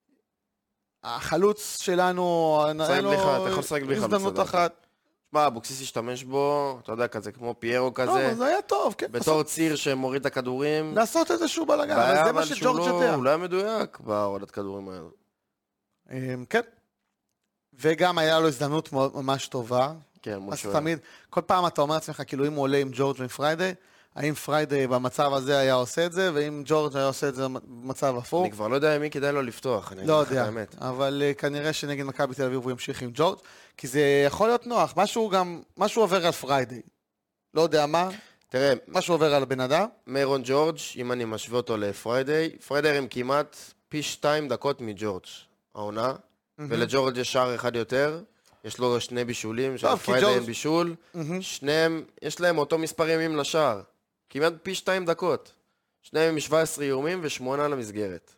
החלוץ שלנו, שחק בלי חלוץ, אתה יכול לשחק בלי חלוץ. הזדמנות אחת. שמע, אבוקסיס השתמש בו, אתה יודע, כזה כמו פיירו כזה. לא, זה היה טוב, כן. בתור ציר שמוריד את הכדורים. לעשות איזשהו בלגן, אבל זה מה שג'ורג' יודע. הוא לא היה מדויק בהורדת כדורים האלה. כן. וגם היה לו הזדמנות ממש טובה. כן, מול שוער. אז תמיד, כל פעם אתה אומר לעצמך, כאילו אם הוא עולה עם ג'ורג' ופריידי, האם פריידי במצב הזה היה עושה את זה, ואם ג'ורג' היה עושה את זה במצב הפוך. אני כבר לא יודע מי כדאי לו לפתוח, אני לא יודע, אבל כנראה שנגד מכבי תל אביב הוא ימשיך עם ג'ורג', כי זה יכול להיות נוח, משהו גם, משהו עובר על פריידי. לא יודע מה, תראה, משהו עובר על הבן אדם. מיירון ג'ורג', אם אני משווה אותו לפריידי, פריידי הם כמעט פי שתיים דקות מג'ורג' העונה, ולג'ורג' יש שער אחד יותר, יש לו שני בישולים, שלפריידי אין בישול, שניהם, יש להם אותו מספר ימים לשער. כמעט פי שתיים דקות. שניהם מ-שבע עשרה איומים ושמונה למסגרת.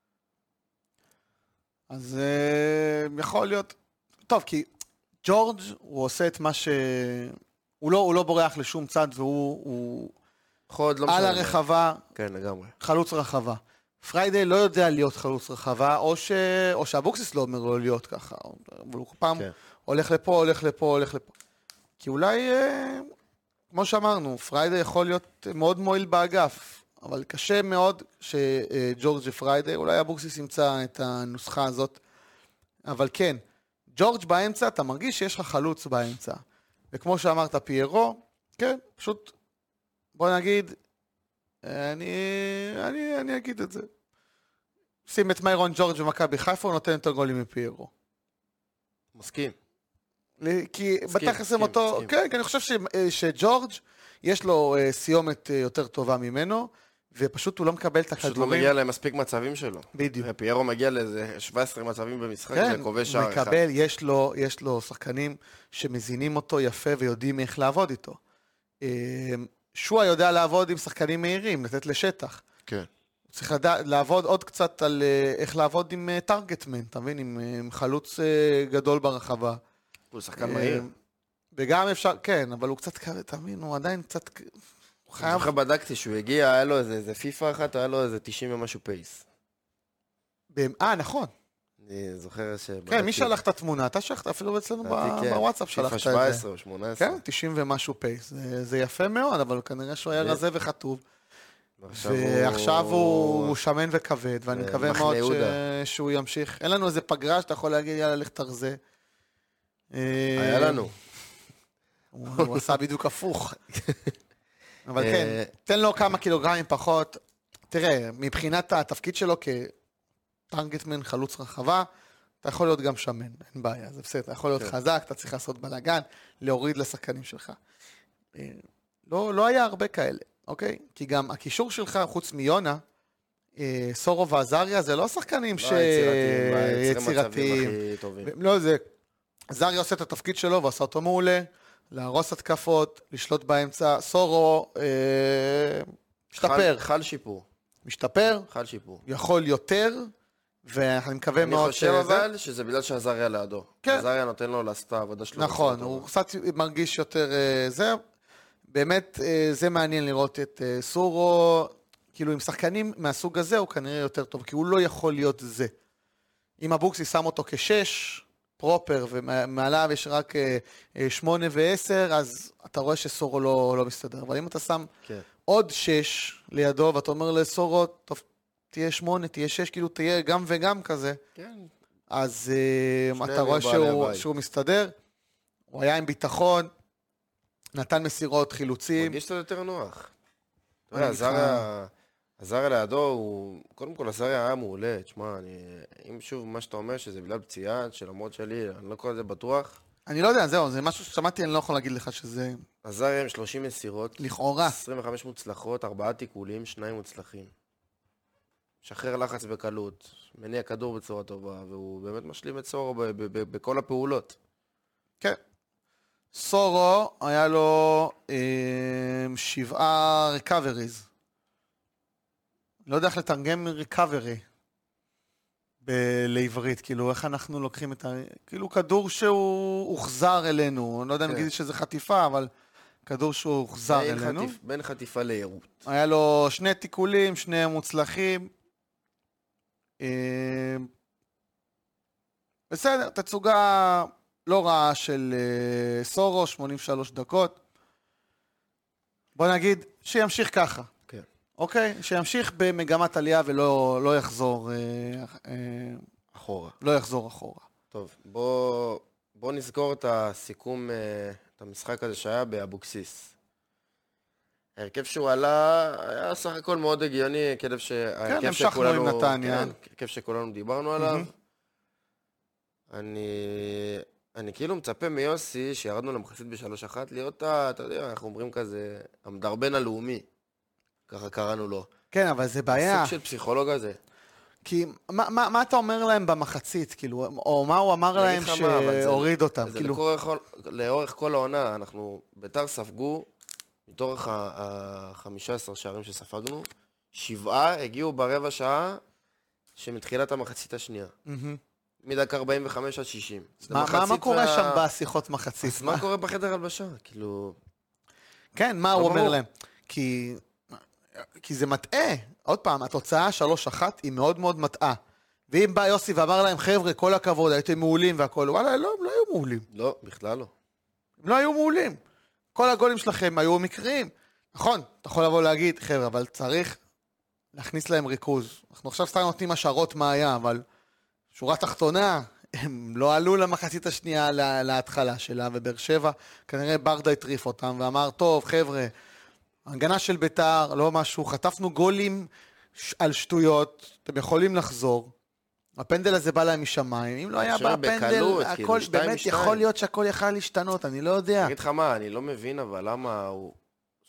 אז uh, יכול להיות... טוב, כי ג'ורג' הוא עושה את מה ש... הוא לא, הוא לא בורח לשום צד, והוא הוא... חוד, לא על הרחבה. כן, לגמרי. חלוץ רחבה. פריידי לא יודע להיות חלוץ רחבה, או, ש... או שאבוקסיס לא אומר לו להיות ככה. אבל הוא פעם כן. הולך לפה, הולך לפה, הולך לפה. כי אולי... Uh... כמו שאמרנו, פריידי יכול להיות מאוד מועיל באגף, אבל קשה מאוד שג'ורג' ופריידי, אולי אבוקסיס ימצא את הנוסחה הזאת, אבל כן, ג'ורג' באמצע, אתה מרגיש שיש לך חלוץ באמצע, וכמו שאמרת פיירו, כן, פשוט, בוא נגיד, אני, אני, אני אגיד את זה, שים את מיירון ג'ורג' ומכבי חיפה, הוא נותן יותר גולים מפיירו. מסכים. כי בתכלס הם אותו, כן, אני חושב שג'ורג' יש לו סיומת יותר טובה ממנו, ופשוט הוא לא מקבל את פשוט לא הכדורים. מגיע להם מספיק מצבים שלו. בדיוק. פיירו מגיע לאיזה שבע עשרה מצבים במשחק, כן, וכובש הוא שער אחד. מקבל, יש לו, יש לו שחקנים שמזינים אותו יפה ויודעים איך לעבוד איתו. שועה יודע לעבוד עם שחקנים מהירים, לתת לשטח. כן. צריך לדע, לעבוד עוד קצת על uh, איך לעבוד עם uh, טרגטמן, אתה מבין? עם, uh, עם חלוץ uh, גדול ברחבה. הוא שחקן מהיר. וגם אפשר, כן, אבל הוא קצת, אתה מבין, הוא עדיין קצת... הוא אני זוכר בדקתי שהוא הגיע, היה לו איזה, איזה פיפה אחת, היה לו איזה תשעים ומשהו פייס. אה, נכון. אני זוכר ש... כן, מי שלח את התמונה? אתה שלחת, אפילו אצלנו בוואטסאפ שלחת את זה. פיפה שבע עשרה או שמונה עשרה. כן, תשעים ומשהו פייס. זה, זה יפה מאוד, אבל כנראה שהוא היה רזה וחטוב. ועכשיו הוא שמן וכבד, ואני מקווה מאוד שהוא ימשיך. אין לנו איזה פגרה שאתה יכול להגיד, יאללה, לך תרזה. היה לנו. הוא עשה בדיוק הפוך. אבל כן, תן לו כמה קילוגרמים פחות. תראה, מבחינת התפקיד שלו כטרגטמן, חלוץ רחבה, אתה יכול להיות גם שמן, אין בעיה, זה בסדר. אתה יכול להיות חזק, אתה צריך לעשות בלגן, להוריד לשחקנים שלך. לא היה הרבה כאלה. אוקיי? כי גם הקישור שלך, חוץ מיונה, סורו ועזריה, זה לא שחקנים שיצירתיים. לא, זה... עזריה עושה את התפקיד שלו ועושה אותו מעולה, להרוס התקפות, לשלוט באמצע. סורו משתפר. חל שיפור. משתפר. חל שיפור. יכול יותר, ואני מקווה מאוד... אני חושב אבל שזה בגלל שעזריה לידו. עזריה נותן לו לעשות את העבודה שלו. נכון, הוא קצת מרגיש יותר... זה... באמת זה מעניין לראות את סורו, כאילו עם שחקנים מהסוג הזה הוא כנראה יותר טוב, כי הוא לא יכול להיות זה. אם אבוקסי שם אותו כשש, פרופר, ומעליו יש רק שמונה ועשר, אז אתה רואה שסורו לא, לא מסתדר. אבל אם אתה שם כן. עוד שש לידו, ואתה אומר לסורו, טוב, תהיה שמונה, תהיה שש, כאילו תהיה גם וגם כזה, כן. אז אתה רואה שהוא, שהוא מסתדר. הוא היה עם ביטחון, נתן מסירות, חילוצים. מרגיש אותו יותר נוח. עזריה לידו, הוא... קודם כל, עזריה היה מעולה. תשמע, אם שוב מה שאתה אומר, שזה בגלל פציעה, שלמרות שלי, אני לא כל זה בטוח. אני לא יודע, זהו, זה משהו ששמעתי, אני לא יכול להגיד לך שזה... עזריה עם שלושים מסירות. לכאורה. עשרים וחמש מוצלחות, ארבעה תיקולים, שניים מוצלחים. שחרר לחץ בקלות, מניע כדור בצורה טובה, והוא באמת משלים את סורו בכל הפעולות. כן. סורו, היה לו אה, שבעה ריקאבריז. לא יודע איך לתרגם ריקאברי לעברית, כאילו איך אנחנו לוקחים את ה... כאילו כדור שהוא הוחזר אלינו, אני לא יודע אם נגיד שזה חטיפה, אבל כדור שהוא הוחזר אלינו. חטיפ, בין חטיפה לירות. היה לו שני תיקולים, שני מוצלחים. אה, בסדר, תצוגה... לא רעה של uh, סורו, שמונים ושלוש דקות. בוא נגיד שימשיך ככה. כן. אוקיי? שימשיך במגמת עלייה ולא לא יחזור uh, uh, אחורה. לא יחזור אחורה. טוב, בוא, בוא נזכור את הסיכום, uh, את המשחק הזה שהיה באבוקסיס. ההרכב שהוא עלה היה סך הכל מאוד הגיוני, כדב שההרכב כן, שכולנו... עם נתניה. כן, הרכב שכולנו דיברנו עליו. Mm-hmm. אני... אני כאילו מצפה מיוסי, שירדנו למחצית בשלוש אחת, להיות, אתה יודע, אנחנו אומרים כזה, המדרבן הלאומי, ככה קראנו לו. כן, אבל זה בעיה. סוג של פסיכולוג הזה. כי מה, מה, מה אתה אומר להם במחצית, כאילו, או מה הוא אמר להם שהוריד אותם? זה כאילו... לאורך, לאורך כל העונה, אנחנו ביתר ספגו, מתורך ה-חמישה עשר שערים שספגנו, שבעה הגיעו ברבע שעה, שמתחילת המחצית השנייה. מדקה ארבעים וחמש עד שישים. מה קורה שם בשיחות מחצית? אז מה קורה בחדר הלבשה? כאילו... כן, מה הוא אומר להם? כי זה מטעה. עוד פעם, התוצאה שלוש אחת היא מאוד מאוד מטעה. ואם בא יוסי ואמר להם, חבר'ה, כל הכבוד, הייתם מעולים והכל, וואלה, לא, הם לא היו מעולים. לא, בכלל לא. הם לא היו מעולים. כל הגולים שלכם היו מקריים. נכון, אתה יכול לבוא להגיד, חבר'ה, אבל צריך להכניס להם ריכוז. אנחנו עכשיו סתם נותנים השערות מה היה, אבל... שורה תחתונה, הם לא עלו למחצית השנייה להתחלה שלה, ובאר שבע, כנראה ברדה הטריף אותם, ואמר, טוב, חבר'ה, ההגנה של ביתר, לא משהו, חטפנו גולים על שטויות, אתם יכולים לחזור, הפנדל הזה בא להם משמיים, אם לא היה בא הפנדל, הכל באמת יכול להיות שהכל יכל להשתנות, אני לא יודע. אני אגיד לך מה, אני לא מבין, אבל למה הוא,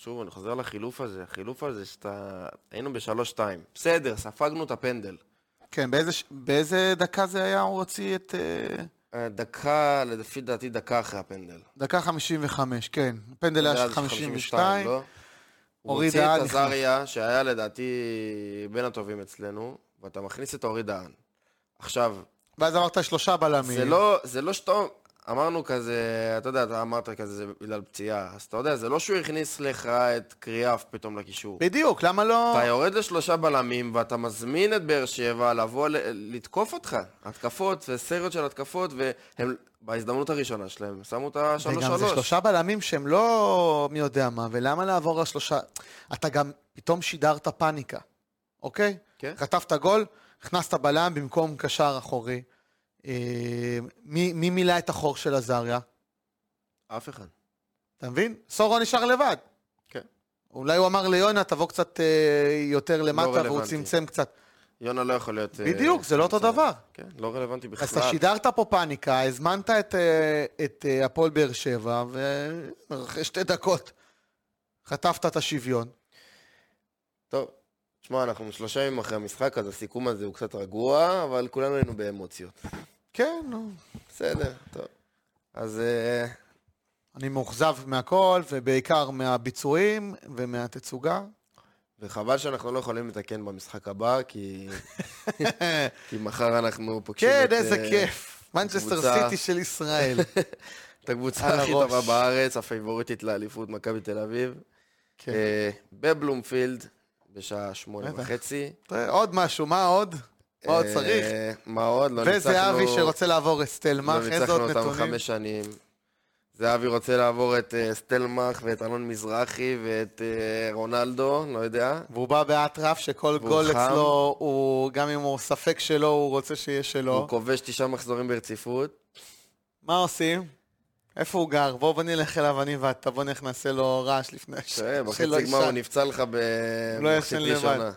שוב, אני חוזר לחילוף הזה, החילוף הזה שאתה... היינו בשלוש שתיים. בסדר, ספגנו את הפנדל. כן, באיזה, ש- באיזה דקה זה היה, הוא הוציא את... אה, דקה, לפי דעתי דקה אחרי הפנדל. דקה חמישים וחמש, כן. הפנדל היה של חמישים ושתיים. לא? הוא אורי הוציא דהן את נכנס. עזריה, שהיה לדעתי בין הטובים אצלנו, ואתה מכניס את אורי דהן. עכשיו, ואז אמרת שלושה בלמים. זה לא, זה לא שאתה, אמרנו כזה, אתה יודע, אתה אמרת כזה, זה בגלל פציעה, אז אתה יודע, זה לא שהוא הכניס לך את קריאף פתאום לקישור. בדיוק, למה לא... אתה יורד לשלושה בלמים, ואתה מזמין את באר שבע לבוא ל- לתקוף אותך. התקפות וסריות של התקפות, והם בהזדמנות הראשונה שלהם, שמו את השלוש וגם זה שלוש. שלושה בלמים שהם לא מי יודע מה, ולמה לעבור לשלושה... אתה גם פתאום שידרת פאניקה, אוקיי? כן. חטפת גול, הכנסת בלם במקום קשר אחורי. אה, מי, מי מילא את החור של עזריה? אף אחד. אתה מבין? סורו נשאר לבד. כן. אולי הוא אמר ליונה, תבוא קצת אה, יותר למטה, והוא רלוונטי. צמצם קצת. יונה לא יכול להיות... בדיוק, זה לא אותו נמצא. דבר. כן, לא רלוונטי בכלל. אז אתה שידרת פה פאניקה, הזמנת את, אה, את אה, הפועל באר שבע, ואחרי שתי דקות חטפת את השוויון. טוב, תשמע, אנחנו שלושה ימים אחרי המשחק, אז הסיכום הזה הוא קצת רגוע, אבל כולנו היינו באמוציות. כן, נו. בסדר, טוב. אז אה, אני מאוכזב מהכל, ובעיקר מהביצועים ומהתצוגה. וחבל שאנחנו לא יכולים לתקן במשחק הבא, כי כי מחר אנחנו פוגשים כן, את... איזה אה, כיף. מנצ'סטר קבוצה- סיטי של ישראל. את הקבוצה על הכי הראש. טובה בארץ, הפייבוריטית לאליפות, מכבי תל אביב. כן. אה, בבלומפילד, בשעה שמונה בטח. וחצי. תראה, עוד משהו, מה עוד? מה עוד אה, צריך? מה עוד? לא וזה אבי ניצחנו- שרוצה לעבור את סטלמך, לא איזה ניצחנו עוד אותם נתונים? חמש שנים. זהבי רוצה לעבור את אה, סטלמך ואת אלון מזרחי ואת אה, רונלדו, לא יודע. והוא בא באטרף שכל והוא גול חם. אצלו, הוא, גם אם הוא ספק שלו, הוא רוצה שיהיה שלו. הוא כובש תשעה מחזורים ברציפות. מה עושים? איפה הוא גר? בוא בוא נלך אליו אני ואתה, בוא נלך נעשה לו רעש לפני ש... תראה, בחצי שלא גמר הוא ישן. נפצע לך לא במחצית ישן לבד. ראשונה.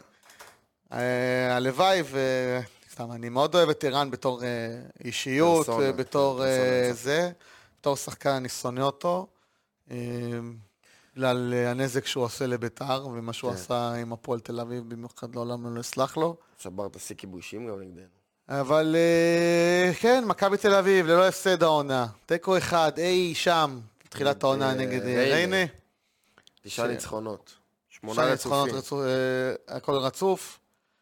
אה, הלוואי ו... סתם, אני מאוד אוהב את ערן בתור אה, אישיות, פרסונה, אה, בתור כן, אה, פרסונה. זה, בתור שחקן אני שונא אותו, אה, בגלל אה, הנזק שהוא עושה לביתר, ומה שהוא כן. עשה עם הפועל תל אביב, במיוחד לעולם לא אסלח לו. שבר את השיא כיבושים גם נגדנו. אבל אה, כן, מכבי תל אביב, ללא הפסד העונה. תיקו אחד, אי שם, תחילת העונה אה, נגד אה, ריינה. ריינה. תשעה ש- ניצחונות. שמונה שני ניצחונות רצופים. רצו- אה, הכל רצוף.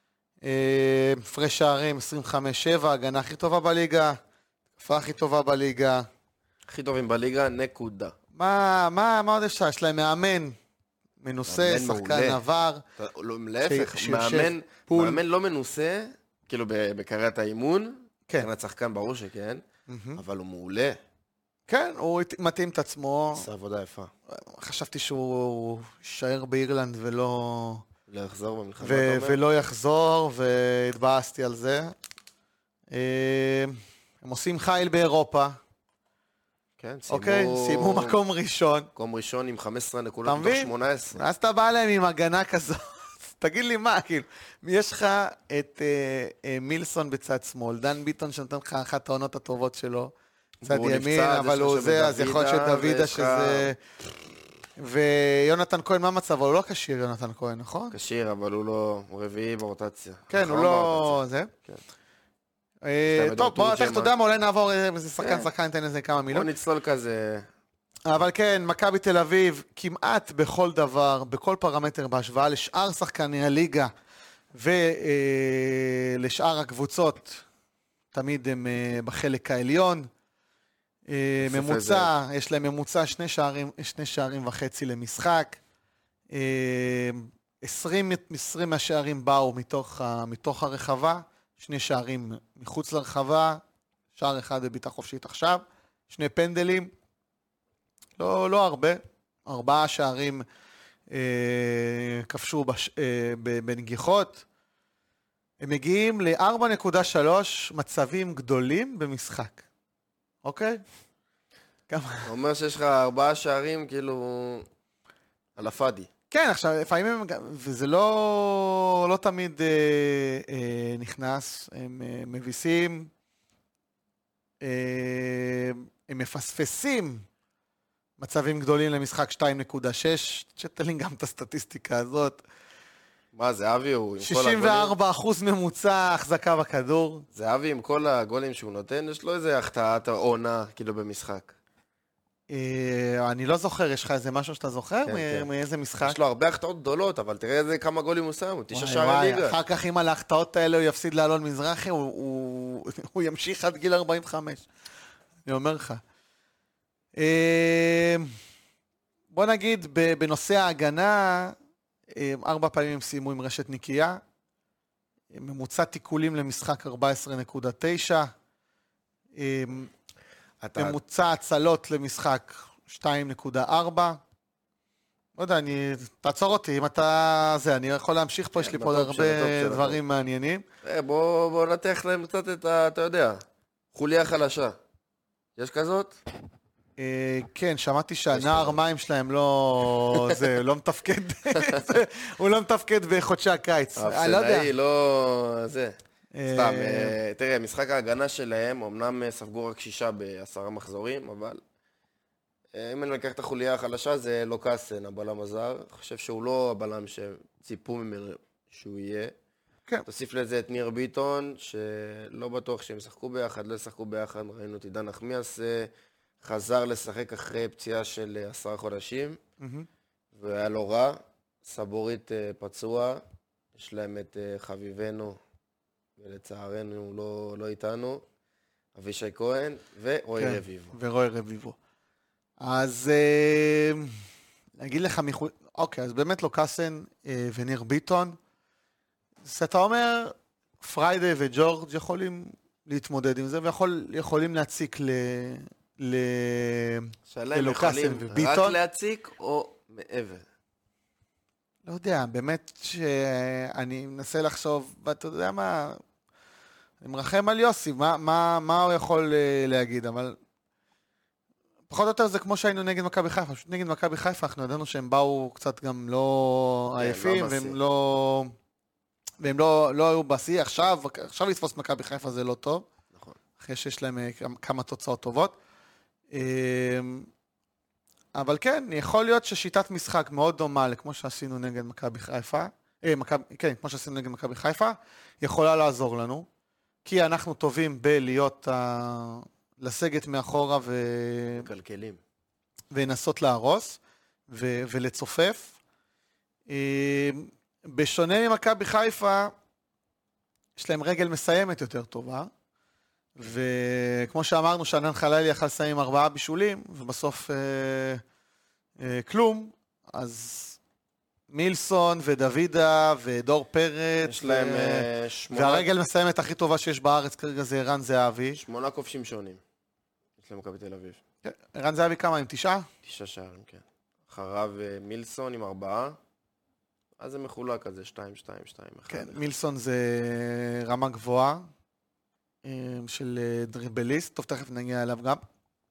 אה, הפרש שערים עשרים וחמש שבע, הגנה הכי טובה בליגה, התקפה הכי טובה בליגה. הכי טובים בליגה, נקודה. מה, מה, מה עוד אפשר? יש להם מאמן מנוסה, מאמן שחקן מעולה. עבר. אתה- לא, להפך, שיושב מאמן, פול. מאמן לא מנוסה, כאילו ב- בקריית האימון, כן. מבחינת שחקן ברור שכן, מהמם. אבל הוא מעולה, כן, הוא הת- מתאים את עצמו. עושה עבודה יפה. חשבתי שהוא יישאר באירלנד ולא... לא יחזור במלחמה, ו- אתה אומר? ולא יחזור, והתבאסתי על זה. אה, הם עושים חייל באירופה, כן, סיימו... אוקיי? סיימו מקום ראשון. מקום ראשון עם חמש עשרה אתה נקודות מתוך מבין? שמונה עשרה. ואז אתה בא להם עם הגנה כזאת, תגיד לי מה, כאילו, יש לך את אה, אה, מילסון בצד שמאל, דן ביטון שנותן לך אחת העונות הטובות שלו, צד והוא ימין, נפצע, אז אבל יש הוא לך שם זה, את אז יכול להיות דוידה, שדוידה ויש לך- שזה... ויונתן כהן, מה מצבו? הוא לא כשיר, יונתן כהן, נכון? כשיר, אבל הוא לא... הוא רביעי ברוטציה. כן, הוא אחרון לא... ברוטציה. זה. כן. אה, יש להם את טוב, בוא, דורטורג'מן. תכף, אתה יודע מה, אולי נעבור איזה שחקן, כן. שחקן, ניתן לזה כמה בוא מילים. נצלול כזה... אבל כן, מכבי תל אביב, כמעט בכל דבר, בכל פרמטר בהשוואה לשאר שחקני הליגה ולשאר הקבוצות, תמיד הם אה, בחלק העליון. אה, בסוף ממוצע, יש להם ממוצע שני שערים, שני שערים וחצי למשחק. אה, עשרים, עשרים מהשערים באו מתוך, ה- מתוך הרחבה, שני שערים מחוץ לרחבה, שער אחד בביתה חופשית עכשיו, שני פנדלים. לא, לא הרבה, ארבעה שערים אה, כבשו בש, אה, ב- בנגיחות. הם מגיעים ל-ארבע נקודה שלוש מצבים גדולים במשחק. אוקיי? כמה? הוא אומר שיש לך ארבעה שערים, כאילו... על הפאדי. כן, עכשיו, לפעמים הם, גם- וזה לא, לא תמיד אה, אה, נכנס, הם אה, מביסים, אה, הם מפספסים מצבים גדולים למשחק שתיים נקודה שש, שתן לי גם את הסטטיסטיקה הזאת. מה, זה אבי הוא עם כל הגולים? שישים וארבעה אחוז ממוצע החזקה בכדור. זה אבי עם כל הגולים שהוא נותן, יש לו איזה החטאת עונה, כאילו במשחק. אני לא זוכר, יש לך איזה משהו שאתה זוכר? כן, כן. מאיזה משחק? יש לו הרבה החטאות גדולות, אבל תראה איזה כמה גולים הוא שם, הוא תשע שערי ליגה. אחר כך אם על ההחטאות האלה הוא יפסיד לאלון מזרחי, הוא, הוא, הוא ימשיך עד גיל ארבעים וחמש. אני אומר לך. בוא נגיד, בנושא ההגנה, ארבע פעמים הם סיימו עם רשת נקייה, ממוצע תיקולים למשחק ארבע עשרה נקודה תשע, אתה... ממוצע הצלות למשחק שתיים נקודה ארבע. לא יודע, אני... תעצור אותי, אם אתה... זה, אני יכול להמשיך פה, יש לי פה הרבה דברים מעניינים. בוא, בוא נתח להם קצת את ה... אתה יודע, חוליה חלשה. יש כזאת? כן, שמעתי שהנער מים שלהם לא... זה, לא מתפקד. הוא לא מתפקד בחודשי הקיץ. האפסנאי לא... זה... סתם, תראה, משחק ההגנה שלהם, אמנם ספגו רק שישה בעשרה מחזורים, אבל אם אני לקח את החוליה החלשה, זה לא קאסן, הבלם הזר. אני חושב שהוא לא הבלם שציפו ממנו שהוא יהיה. תוסיף לזה את ניר ביטון, שלא בטוח שהם שחקו ביחד, לא שחקו ביחד, ראינו את עידן נחמיאס, חזר לשחק אחרי פציעה של עשרה חודשים, והיה לו רע, סבורית פצוע, יש להם את חביבנו, ולצערנו הוא לא, לא איתנו, אבישי כהן ורוי כן, רביבו. ורוי רביבו. אז אה, נגיד לך, מחו... אוקיי, אז באמת לא קאסן אה, וניר ביטון. אז אתה אומר, פריידי וג'ורג' יכולים להתמודד עם זה, ויכולים להציק ל... ל... ללוקאסן וביטון. רק להציק או מעבר? לא יודע, באמת שאני מנסה לחשוב, ואתה יודע מה, אני מרחם על יוסי, מה, מה, מה הוא יכול להגיד, אבל פחות או יותר זה כמו שהיינו נגד מכבי חיפה, פשוט נגד מכבי חיפה, אנחנו ידענו שהם באו קצת גם לא עייפים, והם לא, והם לא, לא היו בשיא, עכשיו, עכשיו לתפוס מכבי חיפה זה לא טוב, נכון. אחרי שיש להם כמה תוצאות טובות. אבל כן, יכול להיות ששיטת משחק מאוד דומה לכמו שעשינו נגד מכבי חיפה, אה, מכב, כן, כמו שעשינו נגד מכבי חיפה, יכולה לעזור לנו, כי אנחנו טובים בלהיות, ה... לסגת מאחורה ו... כלכלים. ונסות להרוס ו... ולצופף. בשונה ממכבי חיפה, יש להם רגל מסיימת יותר טובה, וכמו שאמרנו, שענן חלילי יכל לסיים ארבעה בישולים, ובסוף אה, אה, כלום, אז מילסון ודוידה ודור פרץ, יש להם ו... שמונה... והרגל מסיימת הכי טובה שיש בארץ כרגע זה ערן זהבי. שמונה כובשים שונים, יש להם מכבי תל אביב. כן. ערן זהבי כמה? עם תשעה? תשעה שערים, כן. אחריו מילסון עם ארבעה, אז זה מחולק כזה, שתיים, שתיים, שתיים. כן, אחד. מילסון זה רמה גבוהה. של דריבליסט, טוב תכף נגיע אליו גם.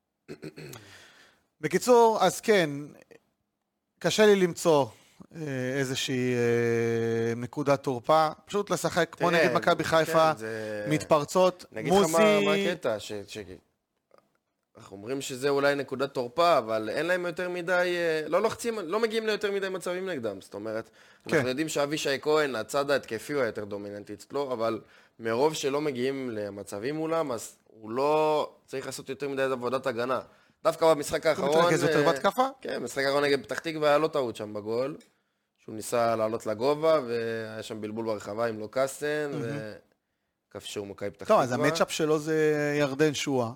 בקיצור, אז כן, קשה לי למצוא איזושהי נקודת תורפה, פשוט לשחק כמו נגד מכבי חיפה, מתפרצות, נגיד לך מה הקטע, אנחנו אומרים שזה אולי נקודת תורפה, אבל אין להם יותר מדי, לא לוחצים, לא מגיעים ליותר מדי מצבים נגדם, זאת אומרת, אנחנו יודעים שאבישי כהן, הצד ההתקפי הוא היותר דומיננטי אצלו, אבל מרוב שלא מגיעים למצבים מולם, אז הוא לא צריך לעשות יותר מדי עבודת הגנה. דווקא במשחק האחרון... הוא מתרכז יותר בהתקפה? כן, במשחק האחרון נגד פתח תקווה היה לא טעות שם בגול, שהוא ניסה לעלות לגובה, והיה שם בלבול ברחבה עם לוקאסן, וכבשו מכבי פתח תקווה. טוב, אז המצ'אפ שלו זה ירדן שואה.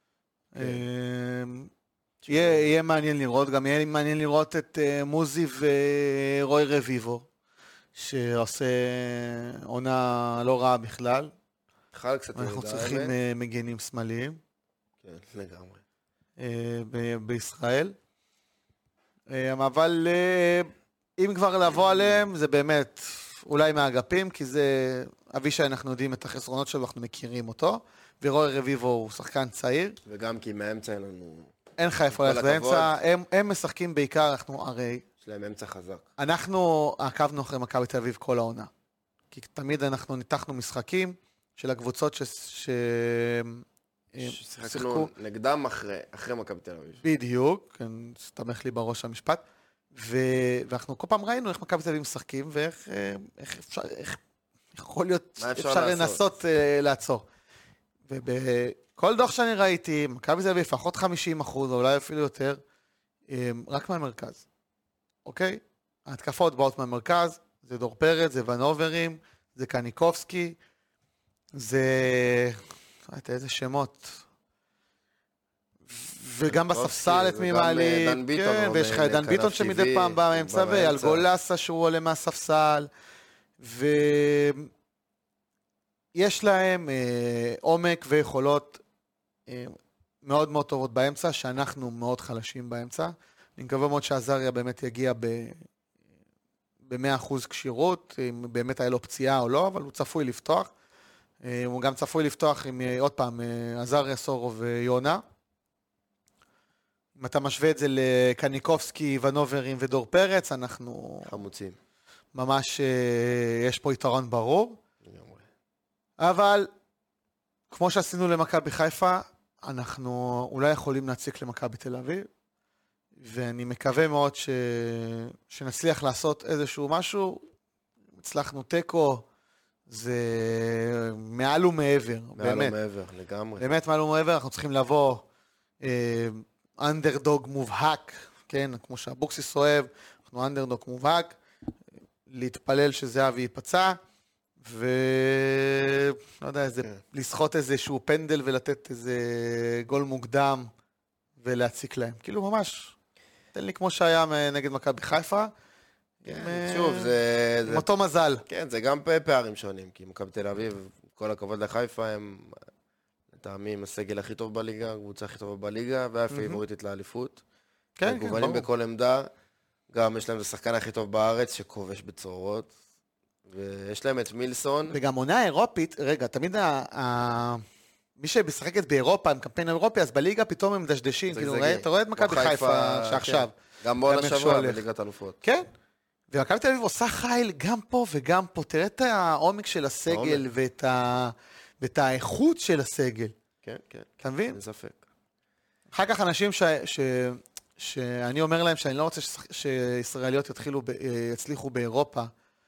יהיה מעניין לראות, גם יהיה מעניין לראות את מוזי ורוי רביבו, שעושה עונה לא רעה בכלל. אנחנו צריכים מגנים שמאליים. כן, לגמרי. בישראל. אבל אם כבר לבוא עליהם, זה באמת אולי מהאגפים, כי זה אבישי, אנחנו יודעים את החסרונות שלו, אנחנו מכירים אותו, ורוי רביבו הוא שחקן צעיר. וגם כי מהאמצע אין לנו... אין לך איפה ללכת באמצע, הם, הם משחקים בעיקר, אנחנו הרי... יש להם אמצע חזק. אנחנו עקבנו אחרי מכבי תל אביב כל העונה. כי תמיד אנחנו ניתחנו משחקים של הקבוצות ש... ש... ששיחקנו נגדם אחרי, אחרי מכבי תל אביב. בדיוק, כן, סתמך לי בראש המשפט. ואנחנו כל פעם ראינו איך מכבי תל אביב משחקים, ואיך אפשר, איך יכול להיות, אפשר לנסות לעצור. ובכל דוח שאני ראיתי, מכבי תל אביב לפחות חמישים אחוז, או אולי אפילו יותר, רק מהמרכז. אוקיי? ההתקפות באות מהמרכז, זה דור פרץ, זה ונוברים, זה קניקובסקי, זה... לא יודעת, איזה שמות. וגם בספסל את מי מעלים, כן, ויש לך דן ביטון שמדי פעם בא באמצע, ואל גולסה שהוא עולה מהספסל, ויש להם אה, עומק ויכולות אה, מאוד מאוד טובות באמצע, שאנחנו מאוד חלשים באמצע. אני מקווה מאוד שעזריה באמת יגיע ב... ב-מאה אחוז קשירות, אם באמת היה לו פציעה או לא, אבל הוא צפוי לפתוח. הוא גם צפוי לפתוח עם, עוד פעם, עזריה, סורוב ויונה. אם אתה משווה את זה לקניקובסקי, ונוברים ודור פרץ, אנחנו... חמוצים. ממש, יש פה יתרון ברור. אבל, כמו שעשינו למכבי חיפה, אנחנו אולי יכולים להציק למכבי תל אביב, ואני מקווה מאוד ש... שנצליח לעשות איזשהו משהו. הצלחנו טקו, זה מעל ומעבר, מעל באמת. ומעבר, לגמרי. באמת מעל ומעבר, אנחנו צריכים לבוא אה, אנדרדוג מובהק, כן, כמו שהבוקסיס אוהב, אנחנו אנדרדוג מובהק, להתפלל שזהבי ייפצע, ולא יודע, איזה, כן. לסחוט איזשהו פנדל ולתת איזה גול מוקדם ולהציק להם. כאילו ממש, תן לי כמו שהיה נגד מכבי חיפה, כן, שוב, זה... עם אותו מזל. כן, זה גם פערים שונים, כי מכבי תל אביב, כל הכבוד לחיפה, הם לטעמים הסגל הכי טוב בליגה, הקבוצה הכי טובה בליגה, והפייבוריטית לאליפות. כן, כן, ברור. מגוונים בכל עמדה, גם יש להם את השחקן הכי טוב בארץ, שכובש בצורות, ויש להם את מילסון. וגם עונה אירופית, רגע, תמיד ה... מי שמשחקת באירופה, עם קמפיין אירופי, אז בליגה פתאום הם דשדשים, כאילו, אתה רואה את מכבי חיפה שעכשיו. גם בעונה שבוע בליגת אלופות. כן. ומכבי תל אביב עושה חיל גם פה וגם פה. תראה את העומק של הסגל ואת, ה... ואת האיכות של הסגל. כן, כן. אתה מבין? אין ספק. אחר כך אנשים ש... ש... שאני אומר להם שאני לא רוצה ש... שישראליות יתחילו, ב... יצליחו באירופה,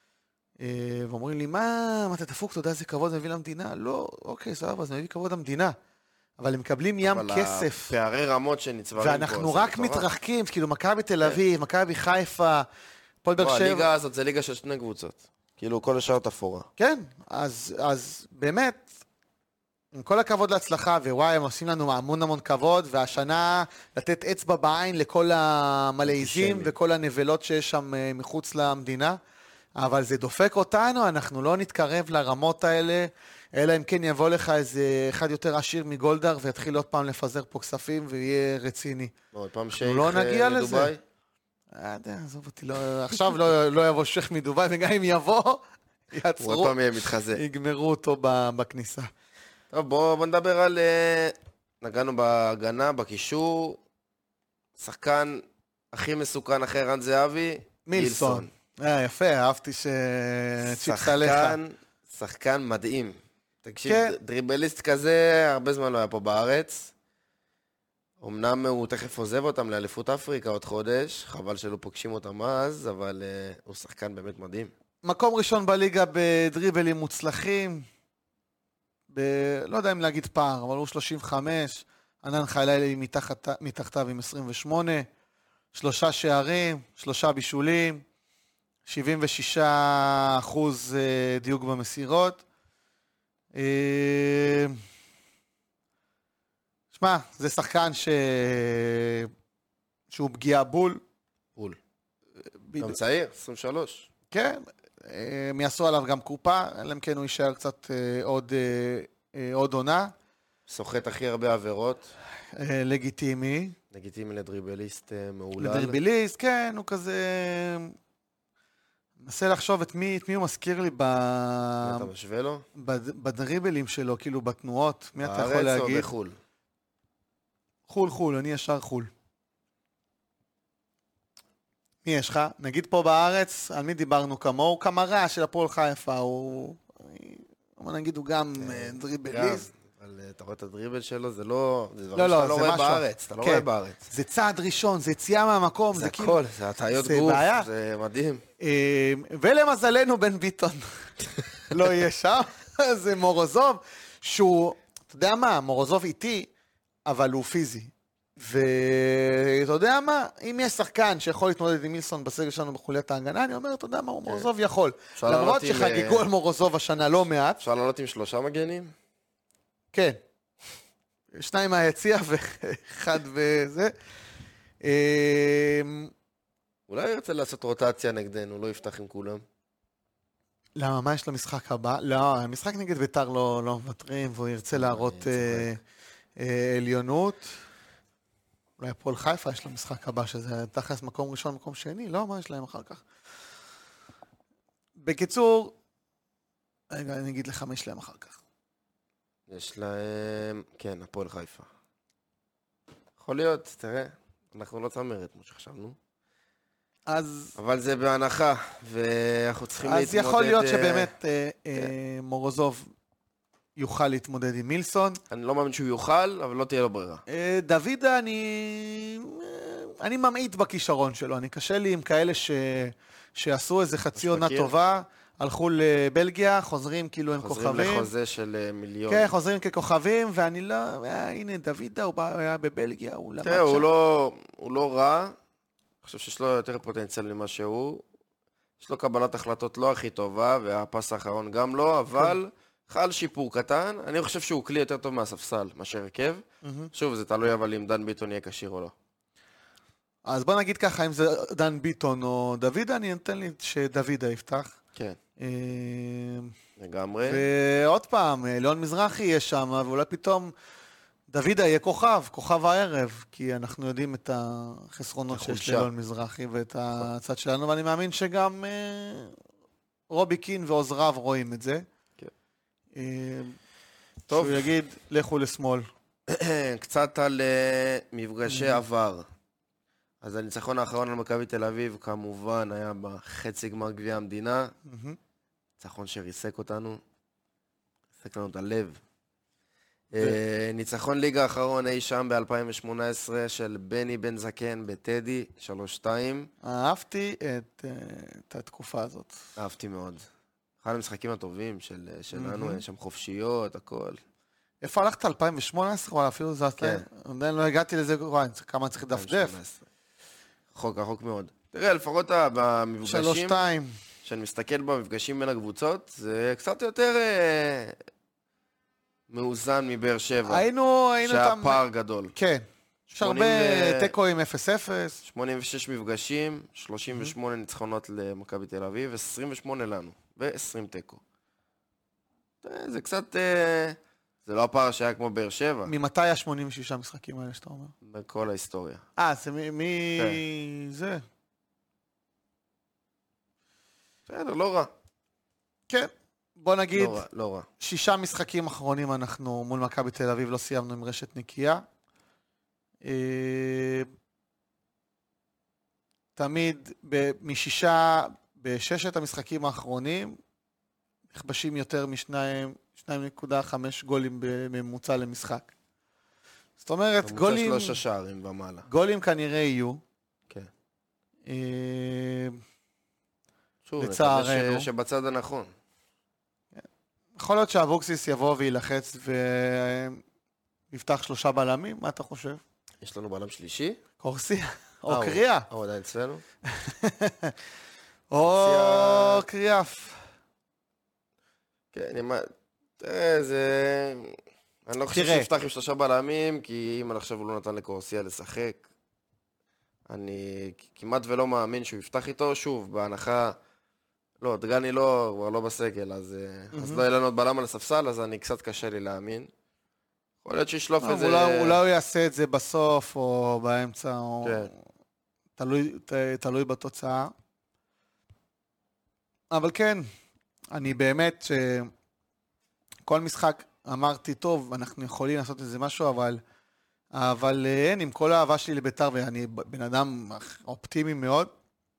ואומרים לי, מה, מה אתה דפוק, אתה יודע איזה כבוד זה מביא למדינה? לא, אוקיי, סבבה, זה מביא כבוד למדינה. אבל הם מקבלים ים כסף. אבל הפערי רמות שנצברים פה. ואנחנו רק מתרחקים, כאילו מכבי תל אביב, מכבי חיפה, פועל באר שבע. הליגה הזאת זה ליגה של שני קבוצות. כאילו כל השאר תפורה. כן, אז, אז באמת, עם כל הכבוד להצלחה, ווואי, הם עושים לנו המון המון כבוד, והשנה לתת אצבע בעין לכל המלעיזים וכל הנבלות שיש שם מחוץ למדינה. אבל זה דופק אותנו, אנחנו לא נתקרב לרמות האלה, אלא אם כן יבוא לך איזה אחד יותר עשיר מגולדהר, ויתחיל עוד פעם לפזר פה כספים, ויהיה רציני. עוד פעם שייך לא נגיע מדובי? לזה. אה, יודע, עזוב אותי, לא, עכשיו לא, לא יבוא שייך מדובי, וגם אם יבוא, יעצרו, עוד פעם יהיה מתחזה. יגמרו אותו בכניסה. טוב, בוא, בוא נדבר על... נגענו בהגנה, בקישור, שחקן הכי מסוכן אחרי רן זהבי, מילסון. אה, יפה, אהבתי שצ'יפס עליך. שחקן, שחקן מדהים. תקשיב, כן. דריבליסט כזה, הרבה זמן לא היה פה בארץ. אמנם הוא תכף עוזב אותם לאליפות אפריקה עוד חודש, חבל שלא פוגשים אותם אז, אבל uh, הוא שחקן באמת מדהים. מקום ראשון בליגה בדריבלים מוצלחים, ב... לא יודע אם להגיד פער, אבל הוא שלושים וחמש, ענן חלילי מתחת... מתחתיו עם עשרים ושמונה, שלושה שערים, שלושה בישולים, שבעים ושישה אחוז דיוק במסירות. שמע, זה שחקן ש... שהוא פגיעה בול. בול. גם צעיר, עשרים ושלוש. כן, הם יעשו עליו גם קופה, אלא אם כן הוא יישאר קצת עוד, עוד עונה. סוחט הכי הרבה עבירות. לגיטימי. לגיטימי לדריבליסט מעולל. לדריבליסט, כן, הוא כזה... מנסה לחשוב את מי, את מי הוא מזכיר לי ב... מי אתה משווה לו? בדריבלים שלו, כאילו בתנועות. מי אתה יכול בארץ להגיד? או בחול? חול, חול, אני ישר חול. מי יש לך? נגיד פה בארץ, על מי דיברנו כמוהו? קמרה של הפועל חיפה, הוא... נגיד הוא גם דריבליסט. אבל אתה רואה את הדריבל שלו, זה לא... זה לא, לא, שאתה לא זה רואה משהו. בארץ, אתה לא כן. רואה בארץ. זה צעד ראשון, זה יציאה מהמקום, זה זה כאילו... הכל, זה הטעיות זה גוף, בעיה. זה מדהים. אה, ולמזלנו בן ביטון לא יהיה שם, זה מורוזוב, שהוא, אתה יודע מה, מורוזוב איטי, אבל הוא פיזי. ואתה יודע מה, אם יש שחקן שיכול להתמודד עם מילסון בסגל שלנו בחוליית ההגנה, אני אומר, אתה יודע מה, מורוזוב יכול. למרות שחגיגו על מורוזוב השנה לא מעט. אפשר לעלות עם שלושה מגנים? כן. שניים מהיציע ואחד וזה. אולי ירצה לעשות רוטציה נגדנו, לא יפתח עם כולם. למה, מה יש למשחק הבא? לא, המשחק נגד ביתר לא מוותרים, והוא ירצה להראות עליונות. אולי הפועל חיפה יש לו משחק הבא, שזה תכלס מקום ראשון, מקום שני, לא? מה יש להם אחר כך? בקיצור, רגע, אני אגיד לך מה יש להם אחר כך. יש להם, כן, הפועל חיפה. יכול להיות, תראה, אנחנו לא צמרת, כמו שחשבנו. אז... אבל זה בהנחה, ואנחנו צריכים להתמודד... אז יכול להיות שבאמת מורוזוב יוכל להתמודד עם מילסון. אני לא מאמין שהוא יוכל, אבל לא תהיה לו ברירה. דוידה, אני... אני ממעיט בכישרון שלו. אני קשה לי עם כאלה ש... שעשו איזה חצי עונה טובה, הלכו לבלגיה, חוזרים כאילו הם כוכבים. חוזרים לחוזה של מיליון. כן, חוזרים ככוכבים, ואני לא... הנה, דוידה, הוא היה בבלגיה, הוא למד שם. תראה, הוא לא, הוא לא רע. אני חושב שיש לו יותר פוטנציאל ממה שהוא. יש לו קבלת החלטות לא הכי טובה, והפס האחרון גם לא, אבל חל שיפור קטן. אני חושב שהוא כלי יותר טוב מהספסל, מאשר הרכב. שוב, זה תלוי אבל אם דן ביטון יהיה קשיר או לא. אז בוא נגיד ככה, אם זה דן ביטון או דוידה, אני נותן לי שדוידה יפתח. כן. לגמרי. ועוד פעם, ליאון מזרחי יהיה שם, ואולי פתאום דוידה יהיה כוכב, כוכב הערב, כי אנחנו יודעים את החסרונות שיש ליאון מזרחי ואת הצד שלנו, ואני מאמין שגם רובי קין ועוזריו רואים את זה. כן. טוב. שהוא יגיד, לכו לשמאל. קצת על מפגשי עבר. אז הניצחון האחרון על מכבי תל אביב, כמובן, היה בחצי גמר גביע המדינה. ניצחון שריסק אותנו. ריסק לנו את הלב. ניצחון ליגה האחרון אי שם ב-אלפיים שמונה עשרה של בני בן זקן בטדי, שלוש שתיים. אהבתי את, את התקופה הזאת. אהבתי מאוד. אחד המשחקים הטובים של, שלנו, mm-hmm. שם חופשיות, הכל. איפה הלכת? אלפיים שמונה עשרה? וואלה, אפילו זה... כן. עדיין לא הגעתי לזה, וואי, כמה צריך לדפדף. רחוק, רחוק מאוד. תראה, לפחות במפגשים... שלוש שתיים. כשאני מסתכל במפגשים בין הקבוצות, זה קצת יותר אה, מאוזן מבאר שבע. היינו... היינו שהפער גדול. כן. יש הרבה טקו עם אפס אפס. שמונים ושש מפגשים, שלושים ושמונה ניצחונות למכבי תל אביב, עשרים ושמונה לנו, ו-עשרים טקו. זה קצת... אה, זה לא הפער שהיה כמו באר שבע. ממתי ה-שמונים ושישה משחקים האלה שאתה אומר? בכל ההיסטוריה. אה, זה מי... זה? בסדר, לא רע. כן. בוא נגיד... לא רע, לא רע. שישה משחקים אחרונים אנחנו מול מכבי תל אביב לא סיימנו עם רשת נקייה. תמיד משישה, בששת המשחקים האחרונים, נכבשים יותר משניים... שתיים נקודה חמש גולים בממוצע למשחק. זאת אומרת, גולים... ממוצע שלושה שערים ומעלה. גולים כנראה יהיו. כן. שוב, לצערנו. שבצד הנכון. יכול להיות שאבוקסיס יבוא וילחץ ויפתח שלושה בלמים, מה אתה חושב? יש לנו בלם שלישי? קורסיה, או קריאה. או עדיין אצלנו? או קריאף. כן, אני... תראה, זה... אני לא חושב שיפתח עם שלושה בלמים, כי אם עכשיו הוא לא נתן לקורסיה לשחק, אני כמעט ולא מאמין שהוא יפתח איתו. שוב, בהנחה... לא, דגני לא, כבר לא בסגל, אז, mm-hmm. אז לא יהיה לנו עוד בלם על הספסל, אז אני קצת קשה לי להאמין. יכול להיות שישלוף את זה... אולי, אולי הוא יעשה את זה בסוף, או באמצע, או... כן. תלוי, ת, תלוי בתוצאה. אבל כן, אני באמת... ש... כל משחק אמרתי, טוב, אנחנו יכולים לעשות איזה משהו, אבל, אבל אין, עם כל האהבה שלי לביתר, ואני בן אדם אופטימי מאוד,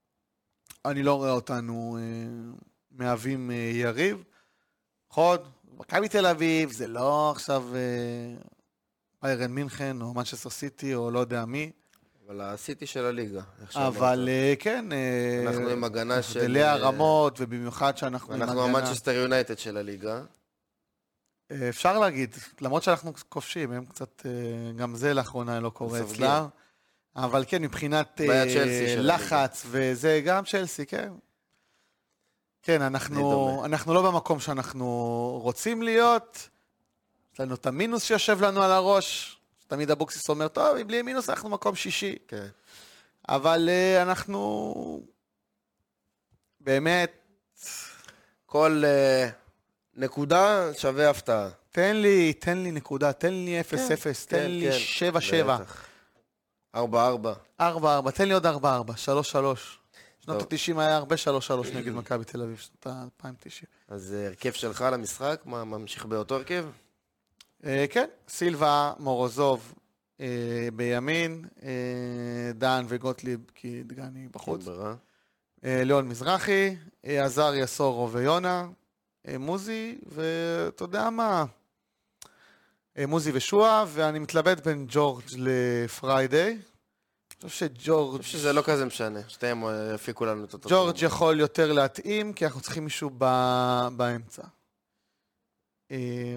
אני לא רואה אותנו אה, מהווים אה, יריב. חוד, מכבי תל אביב, זה לא עכשיו אה, ביירן מינכן, או מנצ'סטר סיטי, או לא יודע מי. אבל הסיטי של הליגה, איך שאמרת. אבל אה, כן, אה, אנחנו עם הגנה של... הבדלי הרמות, ובמיוחד שאנחנו עם אנחנו הגנה... המנצ'סטר יונייטד של הליגה. אה, אפשר להגיד, למרות שאנחנו כובשים, הם קצת, אה, גם זה לאחרונה לא קורה סופגים. אצלה. אבל כן, מבחינת בעיה אה, צ'לסי של לחץ, וזה גם צ'לסי, כן. כן, אנחנו, אנחנו לא במקום שאנחנו רוצים להיות. יש לנו את המינוס שיושב לנו על הראש. תמיד אבוקסיס אומר, טוב, בלי מינוס אנחנו מקום שישי. כן. אבל uh, אנחנו באמת... כל uh, נקודה שווה הפתעה. תן לי, תן לי נקודה, תן לי אפס אפס, כן, תן לי כן. שבע שבע. בטח. ארבע ארבע. ארבע ארבע, תן לי עוד ארבע ארבע, שלוש שלוש. שנות טוב. ה-תשעים היה הרבה שלוש שלוש נגד מכבי תל אביב, שנות ה-אלפיים ותשעים. אז uh, הרכב שלך למשחק, מה ממשיך באותו הרכב? Uh, כן, סילבה, מורוזוב uh, בימין, uh, דן וגוטליב, כי דגני בחוץ. ברירה. Uh, ליאון מזרחי, uh, עזריה, סורו ויונה, uh, מוזי, ואתה יודע מה, uh, מוזי ושועה, ואני מתלבט בין ג'ורג' לפריידי. אני חושב שג'ורג'... אני חושב שזה לא כזה משנה, שתיהם יפיקו לנו את אותו... ג'ורג' יכול יותר להתאים, כי אנחנו צריכים מישהו ב... באמצע. Um,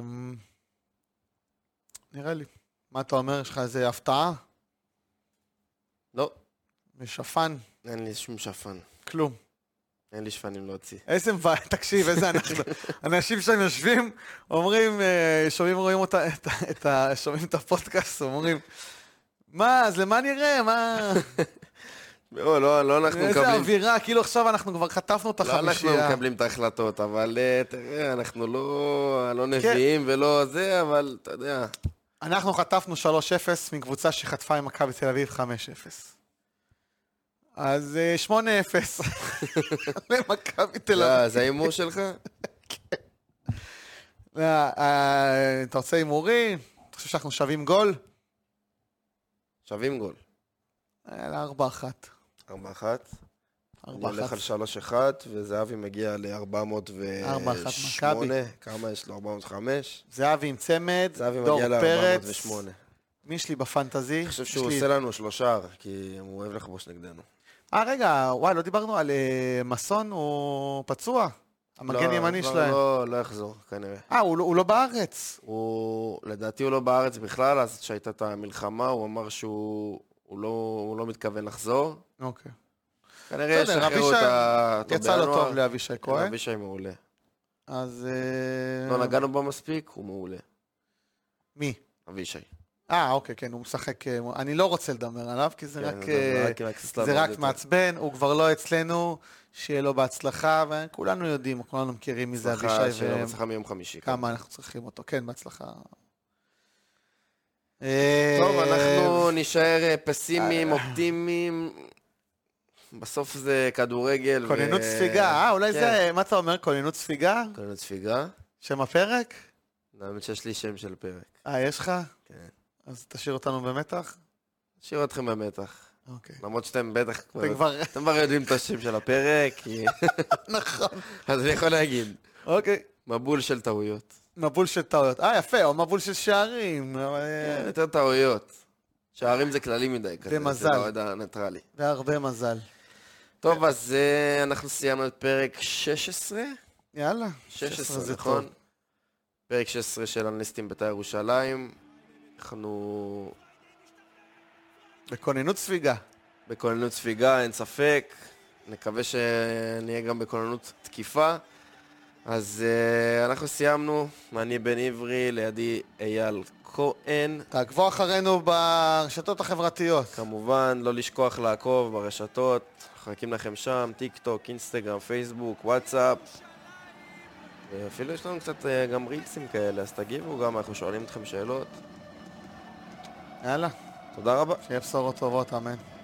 נראה לי. מה אתה אומר? יש לך איזה הפתעה? לא, ושפן? אין לי שום שפן. כלום. אין לי שפנים להוציא. איזה מבעיה, תקשיב, איזה אנחנו. אנשים שם יושבים, אומרים, אה, שומעים, רואים אותה, את, ה- את ה... שומעים את הפודקאסט, אומרים, מה, אז למה נראה? מה? לא, לא, לא אנחנו איזה מקבלים... אווירה, כאילו עכשיו אנחנו כבר חטפנו את לא אנחנו החמישייה. מקבלים את ההחלטות, אבל אה, תראה, אנחנו לא לא נביאים ולא זה, אבל אתה יודע. אנחנו חטפנו שלוש אפס מקבוצה שחטפה עם מכבי תל אביב חמש אפס. אז אה, שמונה אפס למכבי תל אביב. אה, זה ההימור שלך? אה, אה, אתה רוצה הימורים? אתה חושב שאנחנו שווים גול? שווים גול. יאללה, ארבע אחת. ארבע אחת. אני ארבע הולך אחת. על שלוש אחת, וזהבי מגיע ל-ארבע מאות ארבע אחת ושמונה. מכבי. כמה יש לו? ארבע מאות וחמש. זהבי עם צמד, זהבי דור מגיע ל-ארבע פרץ. מאות ושמונה. מי יש לי בפנטזי? אני חושב יש שהוא לי- עושה לנו שלושה, כי הוא אוהב לכבוש נגדנו. אה, רגע, וואי, לא דיברנו על אה, מסון, הוא פצוע. המגן לא, ימני כבר שלהם. לא, לא יחזור, כנראה. אה, הוא לא- הוא לא בארץ. הוא, לדעתי הוא לא בארץ בכלל, אז כשהייתה את המלחמה, הוא אמר שהוא הוא לא, הוא לא מתכוון לחזור. אוקיי. כנראה בסדר, ישחררו אבישי- את אותו יצא לו בינואר. טוב לאבישי כן, כהן. אבישי מעולה. אז... אה, לא נגענו בו מספיק, הוא מעולה. מי? אבישי. אה, אוקיי, כן, הוא משחק... אה, אני לא רוצה לדבר עליו, כי זה כן, רק... זה אה, רק- רק סתם זה עוד רק יותר. מעצבן, הוא כבר לא אצלנו, שיהיה לו בהצלחה, וכולנו יודעים, כולנו מכירים מי זה הצלחה אבישי שלו, הצלחה מיום חמישי. וכמה אנחנו צריכים אותו. כן, בהצלחה. אה, טוב, אנחנו נישאר אה, פסימיים, אופטימיים. בסוף זה כדורגל. ו- כוננות ספיגה, אה, אולי כן. זה, מה אתה אומר, כוננות ספיגה? כוננות ספיגה. שם הפרק? האמת שיש לי שם של פרק. אה, יש לך? כן. אז תשאיר אותנו במתח? נשאיר אתכם במתח. אוקיי. למרות שאתם בטח כבר... אתם כבר... אתם כבר יודעים את השם של הפרק, כי- נכון. אז אני יכול להגיד, אוקיי. מבול של טעויות. מבול של טעויות. אה, יפה, או מבול של שערים. אבל, כן, אה, יותר טעויות. שערים זה כללי מדי כזה, ומזל. זה לא אוהד הניטרלי. והרבה מזל. טוב, אז אה, אנחנו סיימנו את פרק שש עשרה? יאללה. שש עשרה, זה נכון? טוב. פרק שש עשרה של אנליסטים בית"ר ירושלים. אנחנו בכוננות ספיגה. בכוננות ספיגה, אין ספק. נקווה שנהיה גם בכוננות תקיפה. אז uh, אנחנו סיימנו, אני בן עברי, לידי אייל כהן. תעקבו אחרינו ברשתות החברתיות. כמובן, לא לשכוח לעקוב ברשתות, מחכים לכם שם, טיק טוק, אינסטגרם, פייסבוק, וואטסאפ. ואפילו יש לנו קצת uh, גם רילסים כאלה, אז תגיבו גם, אנחנו שואלים אתכם שאלות. יאללה, תודה רבה. שיהיה בשורות טובות, אמן.